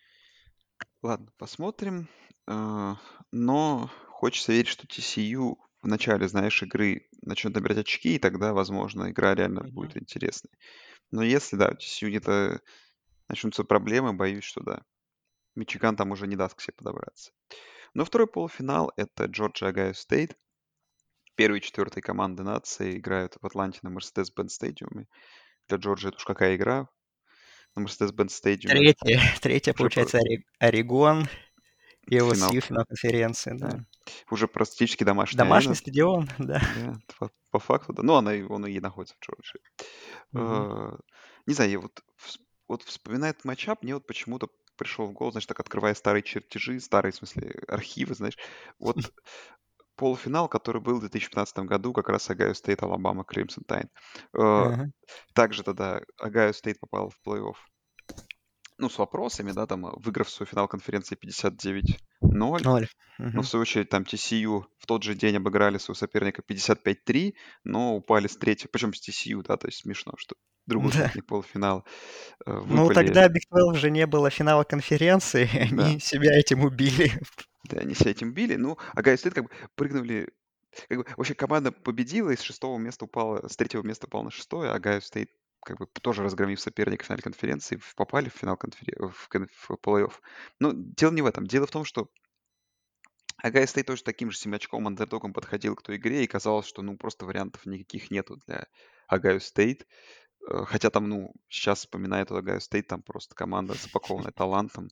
Ладно, посмотрим. А, Но хочется верить, что ти си ю в начале, знаешь, игры начнет набирать очки, и тогда, возможно, игра реально Мгм. будет интересной. Но если, да, у ти си ю где-то начнутся проблемы, боюсь, что да, Мичиган там уже не даст к себе подобраться. Но второй полуфинал — это Джорджия Огайо Стейт. Первые и четвертые команды нации играют в Атланте на Mercedes-Benz стадиуме. Для Джорджии это уж какая игра. На Mercedes-Benz стадиуме Третье, третье, уже про- получается, Ори- Орегон и финал, эл эс ю, финал конференции, да. да. Уже практически домашняя Домашний арена. стадион, да. Да, это по, по факту, да. Ну, она, и- он и находится в Джорджии. Мгм. Э, Не знаю, я вот, вс- вот вспоминая этот матчап, мне вот почему-то пришел в голову, знаешь, так открывая старые чертежи, старые, в смысле, архивы, знаешь, вот полуфинал, который был в две тысячи пятнадцатом году, как раз Огайо Стейт, Алабама, Crimson Tide. Э, Ага. Также тогда Огайо Стейт попал в плей-офф, ну, с вопросами, да, там, э, выиграв свой финал конференции пятьдесят девять ноль. Ноль. Но, в Мгм. свою очередь, там ти си ю в тот же день обыграли своего соперника пятьдесят пять три, но упали с третьего. Причем с ти си ю, да, то есть смешно, что другой Да. соперник полуфинал э, Ну, выпали. тогда Биг двенадцать уже не было финала конференции, и Да, они себя этим убили. да, они себя этим били. Ну, а Гайо Стейт как бы прыгнули. Как бы, вообще команда победила, и с шестого места упала, с третьего места упала на шестое, а Гайо Стейт как бы тоже разгромив соперника в финале конференции, в- попали в финал конференции, в, кон- в плей-офф. Но дело не в этом. Дело в том, что Огайо Стейт тоже таким же семячком, андердогом подходил к той игре, и казалось, что ну просто вариантов никаких нету для Огайо Стейт. Э, Хотя там, ну, сейчас вспоминаю эту Огайо Стейт, там просто команда запакованная талантом.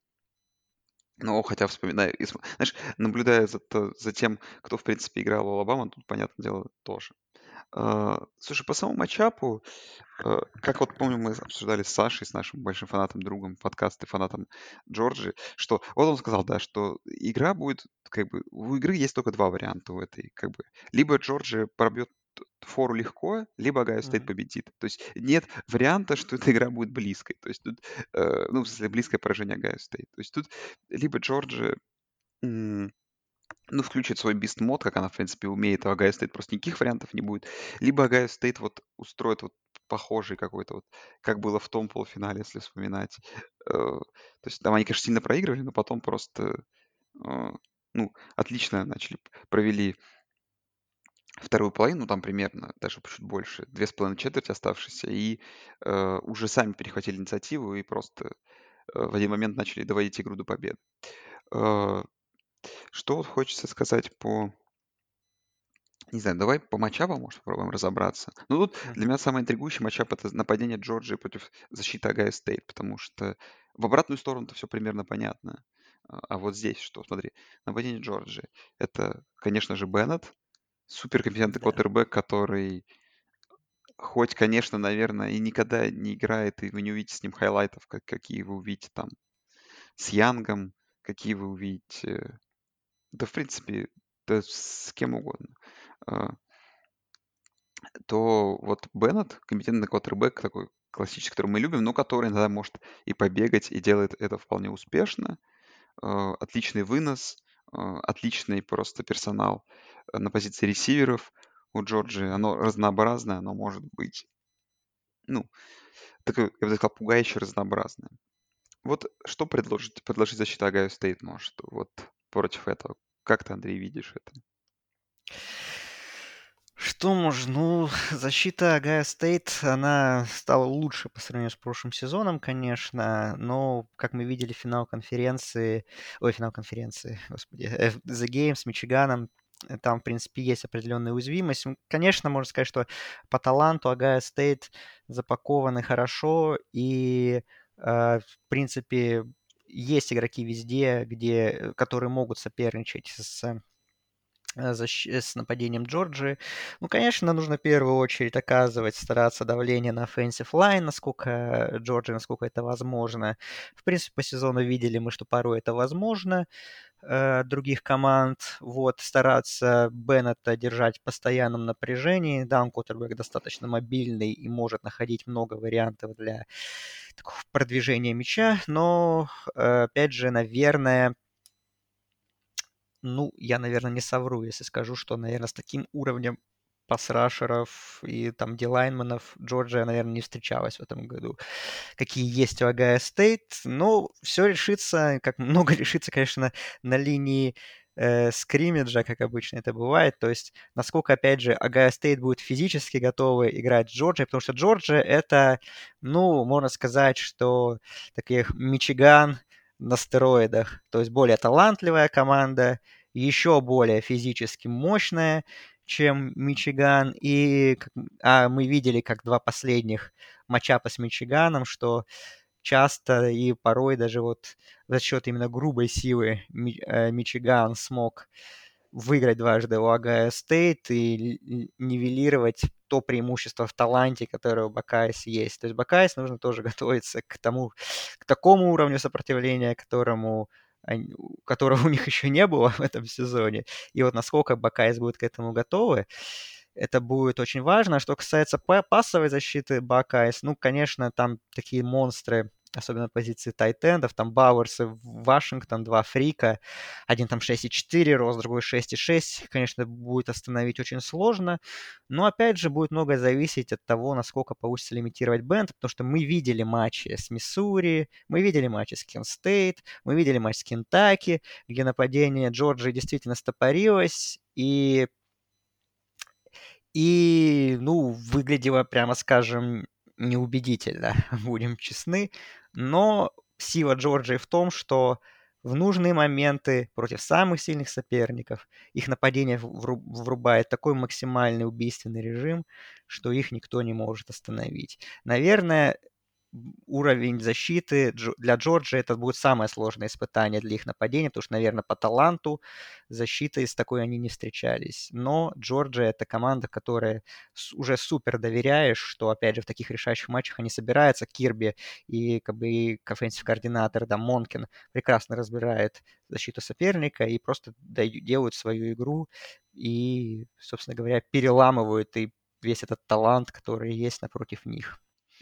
Ну, хотя вспоминаю, и см- знаешь, наблюдая за, то- за тем, кто, в принципе, играл в Алабама, тут, понятное дело, тоже. А, Слушай, по самому матчапу, э, как вот помню, мы обсуждали с Сашей, с нашим большим фанатом, другом подкаста, фанатом Джорджи, что вот он сказал, да, что игра будет, как бы, у игры есть только два варианта у этой, как бы, либо Джорджи пробьет т- фору легко, либо Огайо Стейт Мгм. победит. То есть нет варианта, что эта игра будет близкой. То есть тут, э, ну, в смысле, близкое поражение Огайо Стейт. То есть тут либо Джорджи ну, включит свой бист мод, как она, в принципе, умеет, а у Огайо Стейт просто никаких вариантов не будет. Либо Огайо Стейт вот устроит вот похожий какой-то вот, как было в том полуфинале, если вспоминать. Э, То есть там они, конечно, сильно проигрывали, но потом просто, э, ну, отлично начали, провели вторую половину, ну, там примерно, даже чуть больше, две с половиной четверти оставшиеся, и э, уже сами перехватили инициативу и просто э, в один момент начали доводить игру до победы. Э, Что вот хочется сказать по Не знаю, давай по матчапам, может, попробуем разобраться. Ну, тут для Мгм. меня самый интригующий матчап — это нападение Джорджии против защиты Огайо Стейт, потому что в обратную сторону-то все примерно понятно. А а вот здесь что? Смотри, нападение Джорджии — это, конечно же, Беннет, суперкомпетентный Да. квотербек, который хоть, конечно, наверное, и никогда не играет, и вы не увидите с ним хайлайтов, как, какие вы увидите там с Янгом, какие вы увидите, да, в принципе, да с кем угодно. А, то вот Беннет, компетентный квотербек, такой классический, который мы любим, но который иногда может и побегать, и делает это вполне успешно. Э, Отличный вынос, э, отличный просто персонал э, на позиции ресиверов у Джорджии. Оно разнообразное, оно может быть ну, такое, я бы сказал, пугающе разнообразное. Вот что предложить, предложить защита Ohio State может вот против этого? Как ты, Андрей, видишь это? Что можно? Ну, защита Ohio State, она стала лучше по сравнению с прошлым сезоном, конечно, но, как мы видели, финал конференции, ой, финал конференции, господи, э, The Game с Мичиганом, э, там, в принципе, есть определенная уязвимость. М, Конечно, можно сказать, что по таланту Ohio State запакованы хорошо, и, э, в принципе, есть игроки везде, где, э, которые могут соперничать с э, защ- э, с нападением Джорджии. Ну, конечно, нужно в первую очередь оказывать, стараться давление на offensive line, насколько Джорджия, насколько это возможно. В принципе, по сезону видели мы, что порой это возможно э, других команд. Вот, стараться Беннета держать в постоянном напряжении. Да, он квотербек достаточно мобильный и может находить много вариантов для такого продвижения мяча, но, э, опять же, наверное, ну, я, наверное, не совру, если скажу, что, наверное, с таким уровнем пасрашеров и там дилайнменов Джорджия, наверное, не встречалась в этом году, какие есть у Агая Стейт. Но все решится, как много решится, конечно, на линии э, скриммиджа, как обычно это бывает. То есть, насколько, опять же, Агая Стейт будет физически готовы играть с Джорджией, потому что Джорджия — это, ну, можно сказать, что таких Мичиган на стероидах. То есть более талантливая команда, еще более физически мощная, чем Мичиган. И как м, а мы видели, как два последних матчапа с Мичиганом, что часто и порой даже вот за счет именно грубой силы Ми- э, Мичиган смог выиграть дважды у Агайо Стейт и л- нивелировать то преимущество в таланте, которое у Бакайс есть. То есть Бакайс нужно тоже готовиться к тому, к такому уровню сопротивления, которому они- у- которого у них еще не было в этом сезоне. И вот насколько Бакайс будет к этому готовы, это будет очень важно. Что касается па- пассовой защиты Бакайс, ну, конечно, там такие монстры, особенно позиции тайтендов, там Бауэрс и Вашингтон, два фрика, один там шесть и четыре рост, другой шесть и шесть, конечно, будет остановить очень сложно, но опять же будет многое зависеть от того, насколько получится лимитировать Бенд, потому что мы видели матчи с Миссури, мы видели матчи с Кент Стейт, мы видели матч с Кентаки, где нападение Джорджии действительно стопорилось, и и, ну, выглядело, прямо скажем, неубедительно, будем честны. Но сила Джорджии в том, что в нужные моменты против самых сильных соперников их нападение вру- врубает такой максимальный убийственный режим, что их никто не может остановить. Наверное, уровень защиты Джо- для Джорджии это будет самое сложное испытание для их нападения, потому что, наверное, по таланту защиты с такой они не встречались. Но Джорджия — это команда, которая с- уже супер доверяешь, что, опять же, в таких решающих матчах они собираются. Кирби и как бы и offensive координатор, да, Монкин прекрасно разбирает защиту соперника и просто даю- делают свою игру и, собственно говоря, переламывают и весь этот талант, который есть напротив них.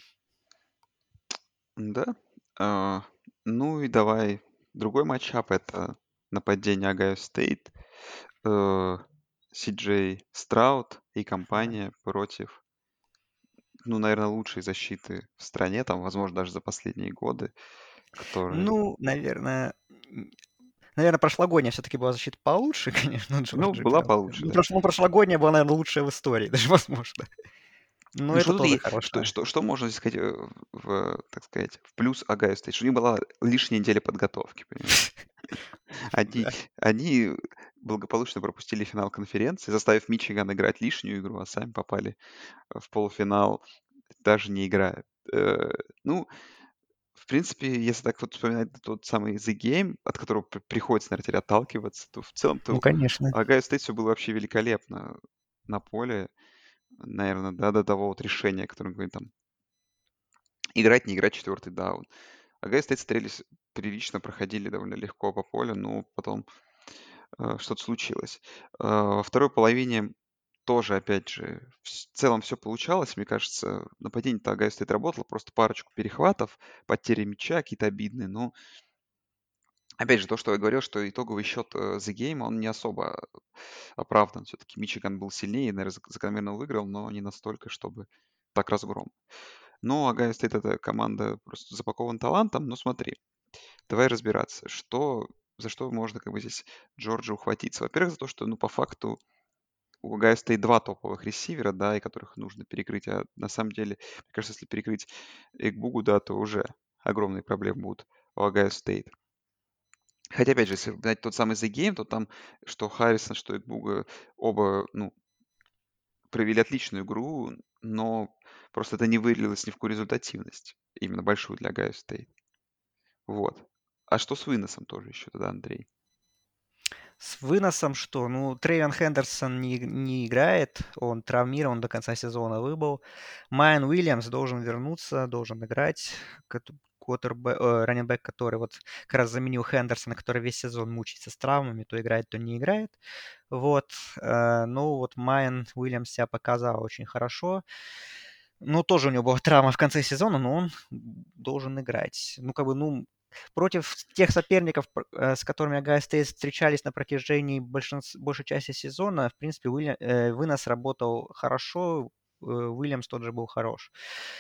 Да. А, ну и давай другой матчап. Это нападение Ohio State. э, Си Джей Страут и компания против, ну, наверное, лучшей защиты в стране, там, возможно, даже за последние годы, которые... Ну, наверное, наверное, прошлогодняя все-таки была защита получше, конечно, Ну, Джорджии, была прям скажем. получше, Ну, да. прош- ну, прошлогодняя была, наверное, лучшая в истории, даже возможно. Но Ну, это что тут тоже и что, хорошая. что, что можно здесь сказать э, в, так сказать, в плюс Ohio State? Что у них была лишняя неделя подготовки, понимаешь? Они, Да. они благополучно пропустили финал конференции, заставив Мичиган играть лишнюю игру, а сами попали в полуфинал, даже не играя. Э, Ну, в принципе, если так вот вспоминать тот самый The Game, от которого при- приходится, наверное, теперь отталкиваться, то в целом-то Ну, у конечно. Ohio State все было вообще великолепно на поле, наверное, да, до того вот решения, которое мы говорим, там, играть, не играть четвертый даун. Ohio State смотрелись прилично, проходили довольно легко по полю, но потом э, что-то случилось. Э, Во второй половине тоже, опять же, в с- целом все получалось. Мне кажется, нападение-то Ohio State работало, просто парочку перехватов, потери мяча какие-то обидные, но опять же, то, что я говорил, что итоговый счет э, The Game, он не особо оправдан. Все-таки Мичиган был сильнее, наверное, закономерно выиграл, но не настолько, чтобы так разгром. Но Огайо Стейт — это команда просто запакована талантом. Но смотри, давай разбираться, что, за что можно как бы здесь Джорджию ухватиться. Во-первых, за то, что, ну, по факту у Огайо Стейт два топовых ресивера, да, и которых нужно перекрыть. А на самом деле, мне кажется, если перекрыть Игбугу, да, то уже огромные проблемы будут у Огайо Стейт. Хотя, опять же, если брать тот самый The Game, то там что Харрисон, что Игбуга оба, ну, провели отличную игру, но просто это не вылилось ни в какую результативность, именно большую для Огайо Стейт. Вот. А что с выносом тоже еще тогда, Андрей? С выносом что? Ну, Трейвен Хендерсон не, не играет, он травмирован до конца сезона выбыл. Майан Уильямс должен вернуться, должен играть. Квотербэ- э, раннинбэк, который вот как раз заменил Хендерсона, который весь сезон мучается с травмами, то играет, то не играет. Вот. э, Ну, вот Майан Уильямс себя показал очень хорошо. Ну, тоже у него была травма в конце сезона, но он должен играть. Ну, как бы, ну, против тех соперников, пр- э, с которыми Огайо Стейт встречались на протяжении большинс- большей части сезона, в принципе, Уилья- э, вынос работал хорошо, э, Уильямс тот же был хорош.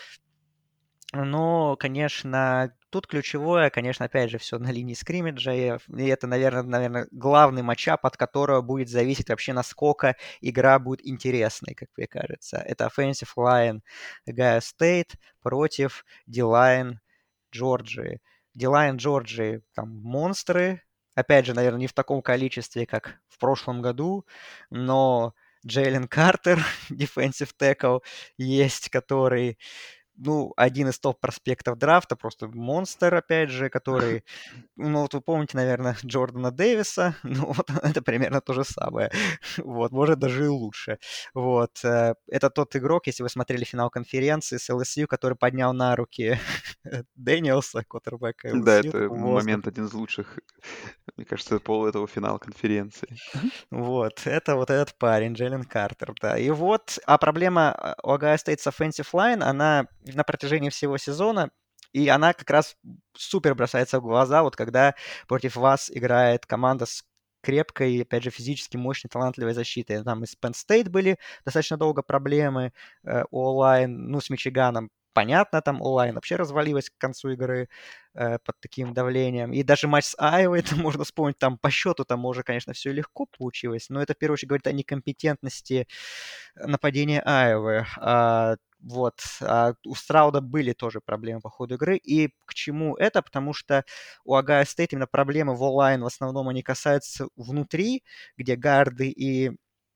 Но, конечно, тут ключевое, конечно, опять же, все на линии скриммиджа, и и это, наверное, наверное, главный матчап, от которого будет зависеть вообще, насколько игра будет интересной, как мне кажется. Это offensive line Ohio State против D-line Джорджии. D-line Джорджии там монстры, опять же, наверное, не в таком количестве, как в прошлом году, но Джейлен Картер, defensive tackle, есть, который ну, один из топ-проспектов драфта, просто монстр, опять же, который, ну, вот вы помните, наверное, Джордана Дэвиса, ну, вот это примерно то же самое, вот, может, даже и лучше, вот. э, Это тот игрок, если вы смотрели финал конференции с эл эс ю, который поднял на руки Дэниелса, квотербека Да, эл эс ю, это так в воздух. момент один из лучших, мне кажется, пол этого финала конференции. Вот, это вот этот парень, Джейлен Картер, да. И вот, а проблема а, у Ohio State с offensive line, она на протяжении всего сезона, и она как раз супер бросается в глаза, вот когда против вас играет команда с крепкой, опять же, физически мощной, талантливой защитой. Там из Penn State были достаточно долго проблемы э, у онлайн, ну, с Мичиганом. Понятно, там онлайн вообще развалилась к концу игры э, под таким давлением. И даже матч с Айовой, это можно вспомнить, там по счету там уже, конечно, все легко получилось, но это, в первую очередь, говорит о некомпетентности нападения Айовы. А, вот. А у Страуда были тоже проблемы по ходу игры. И к чему это? Потому что у Агайо Стейт именно проблемы в онлайн в основном они касаются внутри, где гарды и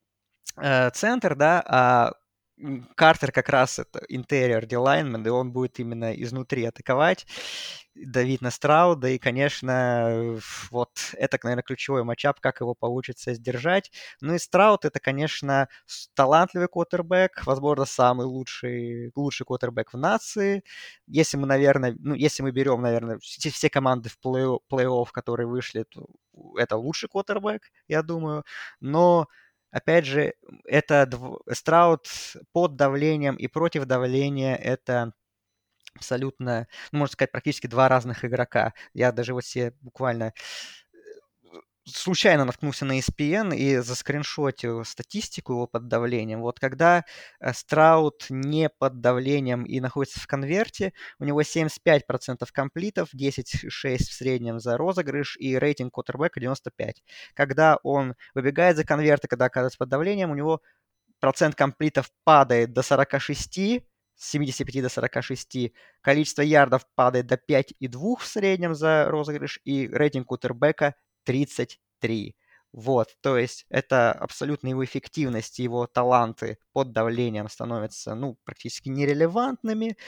э, центр, да, а м, Картер как раз это интерьер дилайнмен, и он будет именно изнутри атаковать, давить на Страуда, и, конечно, ф- вот это, наверное, ключевой матчап, как его получится сдержать. Ну и Страуд это, конечно, с- талантливый квотербек, возможно, самый лучший, лучший квотербек в нации. Если мы, наверное, ну, если мы берем, наверное, все, все команды в плей- плей-офф, которые вышли, то это лучший квотербек, я думаю. Но опять же, это дв- Страут под давлением и против давления — это абсолютно, ну, можно сказать, практически два разных игрока. Я даже вот себе буквально случайно наткнулся на и эс пи эн и заскриншотил статистику его под давлением. Вот когда э, Страут не под давлением и находится в конверте, у него семьдесят пять процентов комплитов, десять целых шесть десятых в среднем за розыгрыш и рейтинг квотербека девяносто пять. Когда он выбегает за конверт и когда оказывается под давлением, у него процент комплитов падает до сорок шесть, с семидесяти пяти до сорока шести, количество ярдов падает до пяти и двух в среднем за розыгрыш, и рейтинг кутербека тридцать три. Вот, то есть это абсолютно его эффективность, его таланты под давлением становятся, ну, практически нерелевантными,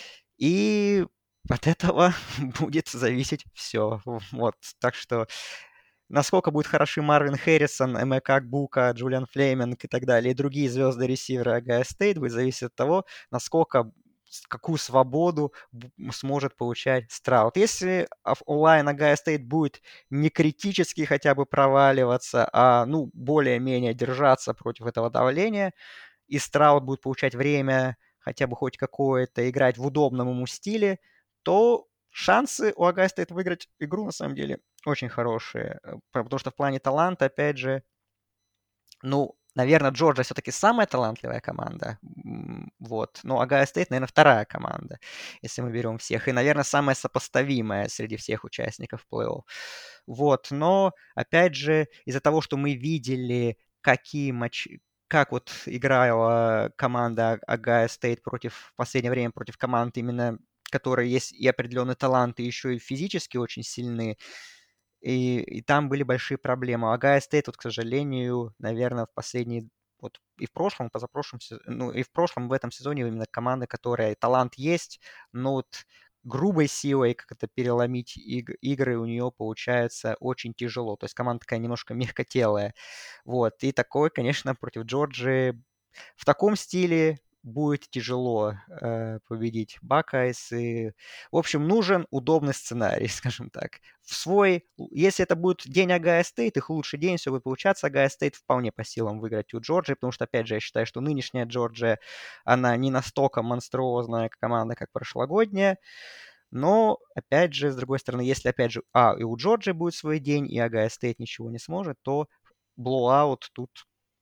и от этого будет зависеть все. Вот, так что насколько будут хороши Марвин Хэррисон, Эмека Акбука, Джулиан Флейминг и так далее, и другие звезды ресивера Агайо Стейт, будет зависеть от того, насколько с- какую свободу б- сможет получать Страут. Если оф- онлайн Агайо Стейт будет не критически хотя бы проваливаться, а ну более-менее держаться против этого давления, и Страут будет получать время хотя бы хоть какое-то играть в удобном ему стиле, то шансы у Агайо Стейт выиграть игру на самом деле очень хорошие. Э, Потому что в плане таланта, опять же, ну, наверное, Джорджия все-таки самая талантливая команда, м, вот, но Огайо Стейт, наверное, вторая команда, если мы берем всех, и, наверное, самая сопоставимая среди всех участников плей-офф. Вот, но, опять же, из-за того, что мы видели, какие матчи, как вот играла команда Огайо Стейт против, в последнее время против команд именно, которые есть и определенный талант, и еще и физически очень сильны, и, и там были большие проблемы. Огайо Стейт, вот, к сожалению, наверное, в последние вот и в прошлом, и позапрошлом, се- ну и в прошлом, в этом сезоне именно команда, которая талант есть, но вот грубой силой как это переломить иг- игры у нее получается очень тяжело. То есть команда такая немножко мягкотелая. Вот. И такое, конечно, против Джорджии в таком стиле будет тяжело э, победить Бакайс. И, в общем, нужен удобный сценарий, скажем так. В свой, если это будет день Огайо Стейт, их лучший день, все будет получаться, Огайо Стейт вполне по силам выиграть у Джорджии, потому что, опять же, я считаю, что нынешняя Джорджия, она не настолько монструозная команда, как прошлогодняя, но, опять же, с другой стороны, если, опять же, а, и у Джорджии будет свой день, и Огайо Стейт ничего не сможет, то блоуаут тут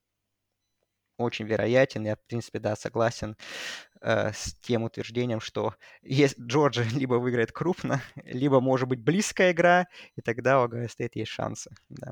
очень вероятен. Я, в принципе, да, согласен э, с тем утверждением, что есть Джорджия либо выиграет крупно, либо может быть близкая игра, и тогда у Огайо Стейт есть шансы. Да.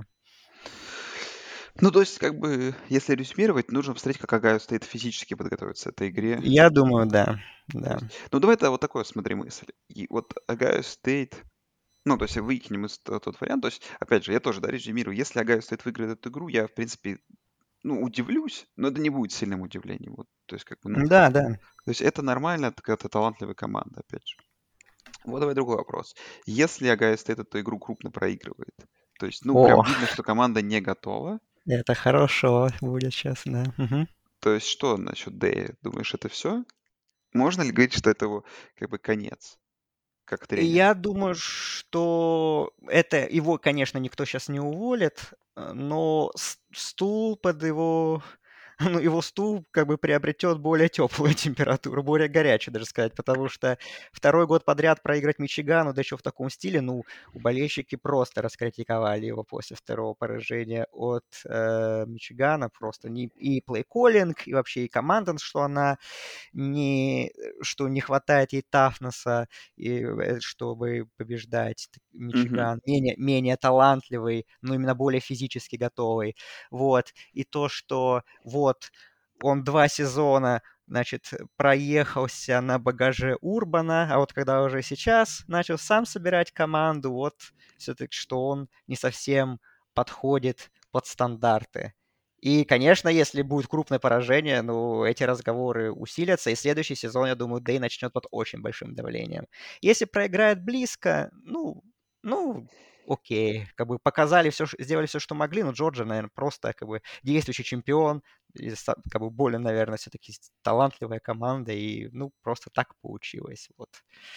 Ну, то есть, как бы, если резюмировать, нужно посмотреть, как Огайо Стейт физически подготовится к этой игре. Я думаю, да. То Да. есть, ну, давай это вот такое, смотри, мысль. И вот Огайо Стейт, ну, то есть, выкинем из т- тот вариант. То есть, опять же, я тоже, да, резюмирую. Если Огайо Стейт выиграет эту игру, я, в принципе, ну, удивлюсь, но это не будет сильным удивлением. Вот, то есть, как бы, ну, Да, да. то есть, это нормально, это какая-то талантливая команда, опять же. Вот давай другой вопрос. Если Огайо Стейт эту игру крупно проигрывает, то есть, ну, прям О, видно, что команда не готова, это хорошо будет сейчас, да. Мгм. то есть, что насчет Дэя? Думаешь, это все? Можно ли говорить, что это его, как бы, конец, как И тренера? я думаю, что это его, конечно, никто сейчас не уволит, э, но с- стул под его, ну, его стул как бы приобретет более теплую температуру, более горячую, даже сказать, потому что второй год подряд проиграть Мичигану, да еще в таком стиле, ну, у болельщики просто раскритиковали его после второго поражения от э, Мичигана, просто не, и плей-коллинг, и вообще и команда, что она не, что не хватает ей тафнеса, и, э, чтобы побеждать. Т Мгм. Мичиган менее менее талантливый, но именно более физически готовый. Вот. И то, что вот он два сезона, значит, проехался на багаже Урбана, а вот когда уже сейчас начал сам собирать команду, вот все-таки что он не совсем подходит под стандарты. И, конечно, если будет крупное поражение, ну, эти разговоры усилятся, и следующий сезон, я думаю, Дэй начнет под очень большим давлением. Если проиграет близко, ну, ну, окей, как бы показали все, сделали все, что могли, но Джорджия, наверное, просто как бы действующий чемпион, и са- как бы более, наверное, все-таки талантливая команда, и, ну, просто так получилось, вот.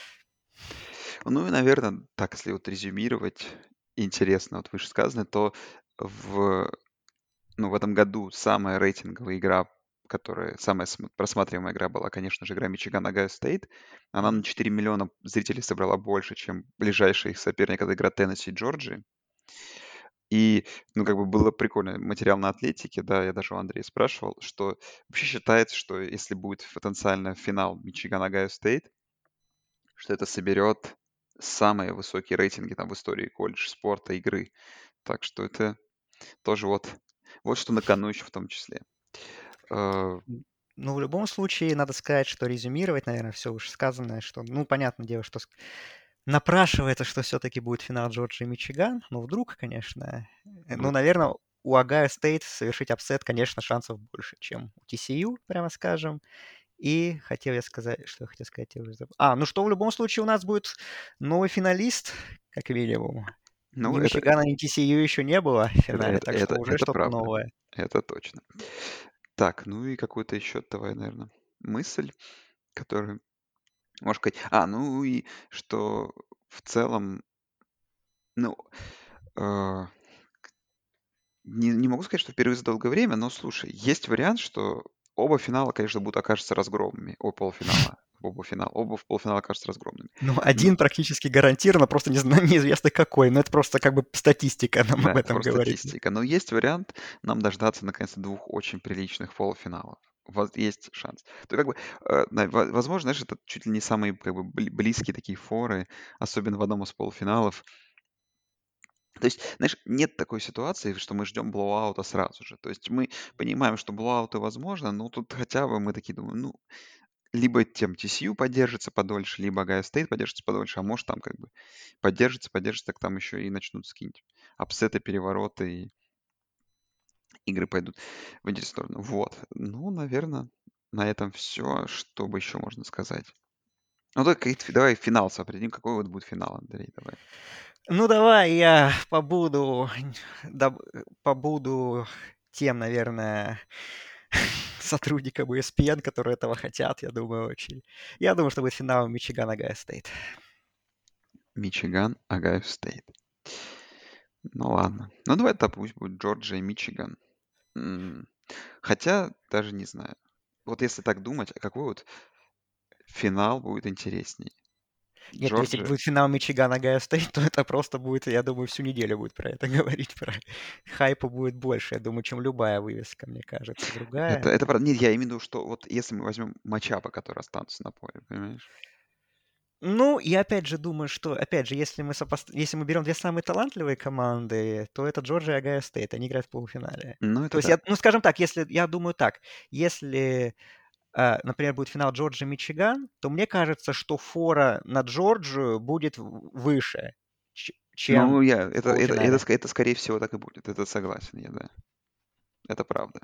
Ну и, наверное, так, если вот резюмировать, интересно, вот вышесказанное, то в, ну, в этом году самая рейтинговая игра, которая, самая см- просматриваемая игра была, конечно же, игра Мичиган Огайо Стейт. Она на четыре миллиона зрителей собрала больше, чем ближайший их соперник, это игра Теннесси Джорджии. И, ну, как бы было прикольно. Материал на Атлетике, да, я даже у Андрея спрашивал, что вообще считается, что если будет потенциально финал Мичиган Огайо Стейт, что это соберет самые высокие рейтинги там в истории колледж спорта, игры. Так что это тоже вот, вот что на кону еще в том числе. Э, М, Ну, в любом случае, надо сказать, что резюмировать, наверное, все вышесказанное, что, ну, понятное дело, что ск- напрашивается, что все-таки будет финал Джорджии и Мичиган, но вдруг, конечно, э, ну, вот, наверное, у Огайо Стейт совершить апсет, конечно, шансов больше, чем у Ти Си Ю, прямо скажем. И хотел я сказать, что я хотел сказать, я уже забыл. А, ну что, в любом случае у нас будет новый финалист, как минимум. ну, Ни это, Мичигана, ни Ти Си Ю еще не было в это, финале, это, так что это, уже это что-то правда. новое. Это точно. Так, ну и какую-то еще, давай, наверное, мысль, которую, можно сказать. А, ну и что в целом, ну, э, Не, не могу сказать, что впервые за долгое время, но слушай, есть вариант, что оба финала, конечно, будут окажутся разгромами, оба полуфинала. в оба финала. Оба в полуфинал окажутся разгромными. Ну, Ну, один практически гарантированно, просто не зна неизвестно какой. Но это просто как бы статистика нам да, об это этом просто говорит. статистика. Но есть вариант нам дождаться наконец-то двух очень приличных полуфиналов. У вас есть шанс. То есть, как бы, э, на- во- возможно, знаешь, это чуть ли не самые как бы бли- близкие такие форы, особенно в одном из полуфиналов. То есть, знаешь, нет такой ситуации, что мы ждем блоуаута сразу же. То есть мы понимаем, что блоуауты возможно, но тут хотя бы мы такие думаем, ну, либо тем ти си ю поддержится подольше, либо Ohio State поддержится подольше, а может там как бы поддержится, поддержится, так там еще и начнут скинуть апсеты, перевороты, и игры пойдут в интересную сторону. Вот. Ну, наверное, на этом все. Что бы еще можно сказать? Ну, так, какие-то- давай финал определим. Какой вот будет финал, Андрей, давай. Ну, давай я побуду, даб- побуду тем, наверное, сотрудникам и эс пи эн, которые этого хотят, я думаю, очень. Я думаю, что будет финал Мичиган Агайо Стейт. Мичиган, Огайо Стейт. Ну ладно. Ну давай то пусть будет Джорджия и Мичиган. М, Хотя даже не знаю. Вот если так думать, а какой вот финал будет интересней? Нет, ну если Джорджия? будет финал Мичиган Агайо Стейт, то это просто будет, я думаю, всю неделю будет про это говорить. Про... Хайпа будет больше, я думаю, чем любая вывеска, мне кажется. Это, Другая. это правда. Нет, я имею в виду, что вот если мы возьмем матчапы, которые останутся на поле, понимаешь? Ну, я опять же думаю, что, опять же, если мы, сопост... если мы берем две самые талантливые команды, то это Джорджия и Агайо Стейт, они играют в полуфинале. Ну, То это есть, да. я, ну, скажем так, если, я думаю так, если, а, например, будет финал Джорджия-Мичиган, то мне кажется, что фора на Джорджию будет в- выше, ч- чем Ну, я, в это, это, это, полуфинале. ск- это, скорее всего так и будет. Это согласен я, да. Это правда.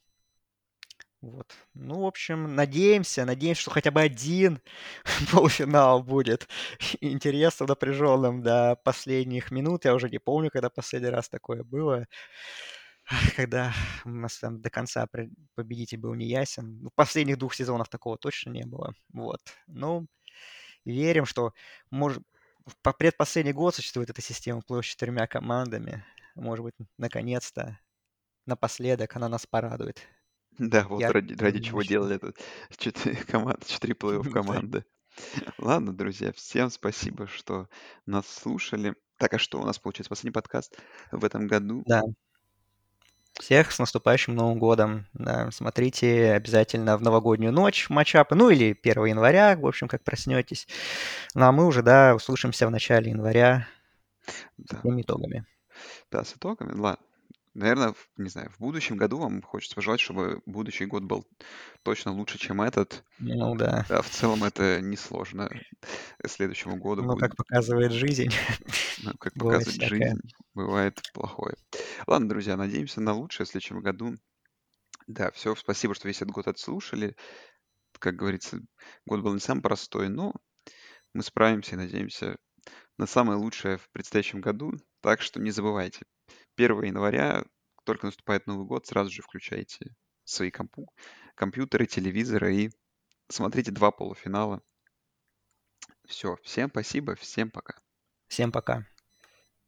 Вот. Ну, в общем, надеемся, надеемся, что хотя бы один полуфинал будет интересно напряженным до последних минут. Я уже не помню, когда последний раз такое было, когда у нас там до конца пре- победитель был не ясен. Ну, в последних двух сезонах такого точно не было. Вот. Ну, верим, что может по предпоследний год существует эта система плей-офф с четырьмя командами. Может быть, наконец-то, напоследок она нас порадует Да, вот ярким ради, ради чего зрелищем. делали это четыре команды, четыре плей-офф Да. команды. Ладно, друзья, всем спасибо, что нас слушали. Так, а что у нас получается? Последний подкаст в этом году. Да. Всех с наступающим Новым годом. Да, смотрите обязательно в новогоднюю ночь матчапы, ну или первого января, в общем, как проснетесь. Ну а мы уже, да, услышимся в начале января с Да, теми итогами. да, с итогами. Ладно. Наверное, не знаю, в будущем году вам хочется пожелать, чтобы будущий год был точно лучше, чем этот. Ну да, А в целом это несложно. Следующему году ну будет, как показывает жизнь, ну, как бывает показывает всякое. жизнь, бывает плохое. Ладно, друзья, надеемся на лучшее в следующем году. Да, все, спасибо, что весь этот год отслушали. Как говорится, год был не самый простой, но мы справимся и надеемся на самое лучшее в предстоящем году. Так что не забывайте, первого января, только наступает Новый год, сразу же включайте свои компу- компьютеры, телевизоры и смотрите два полуфинала. Все, всем спасибо, всем пока. Всем пока.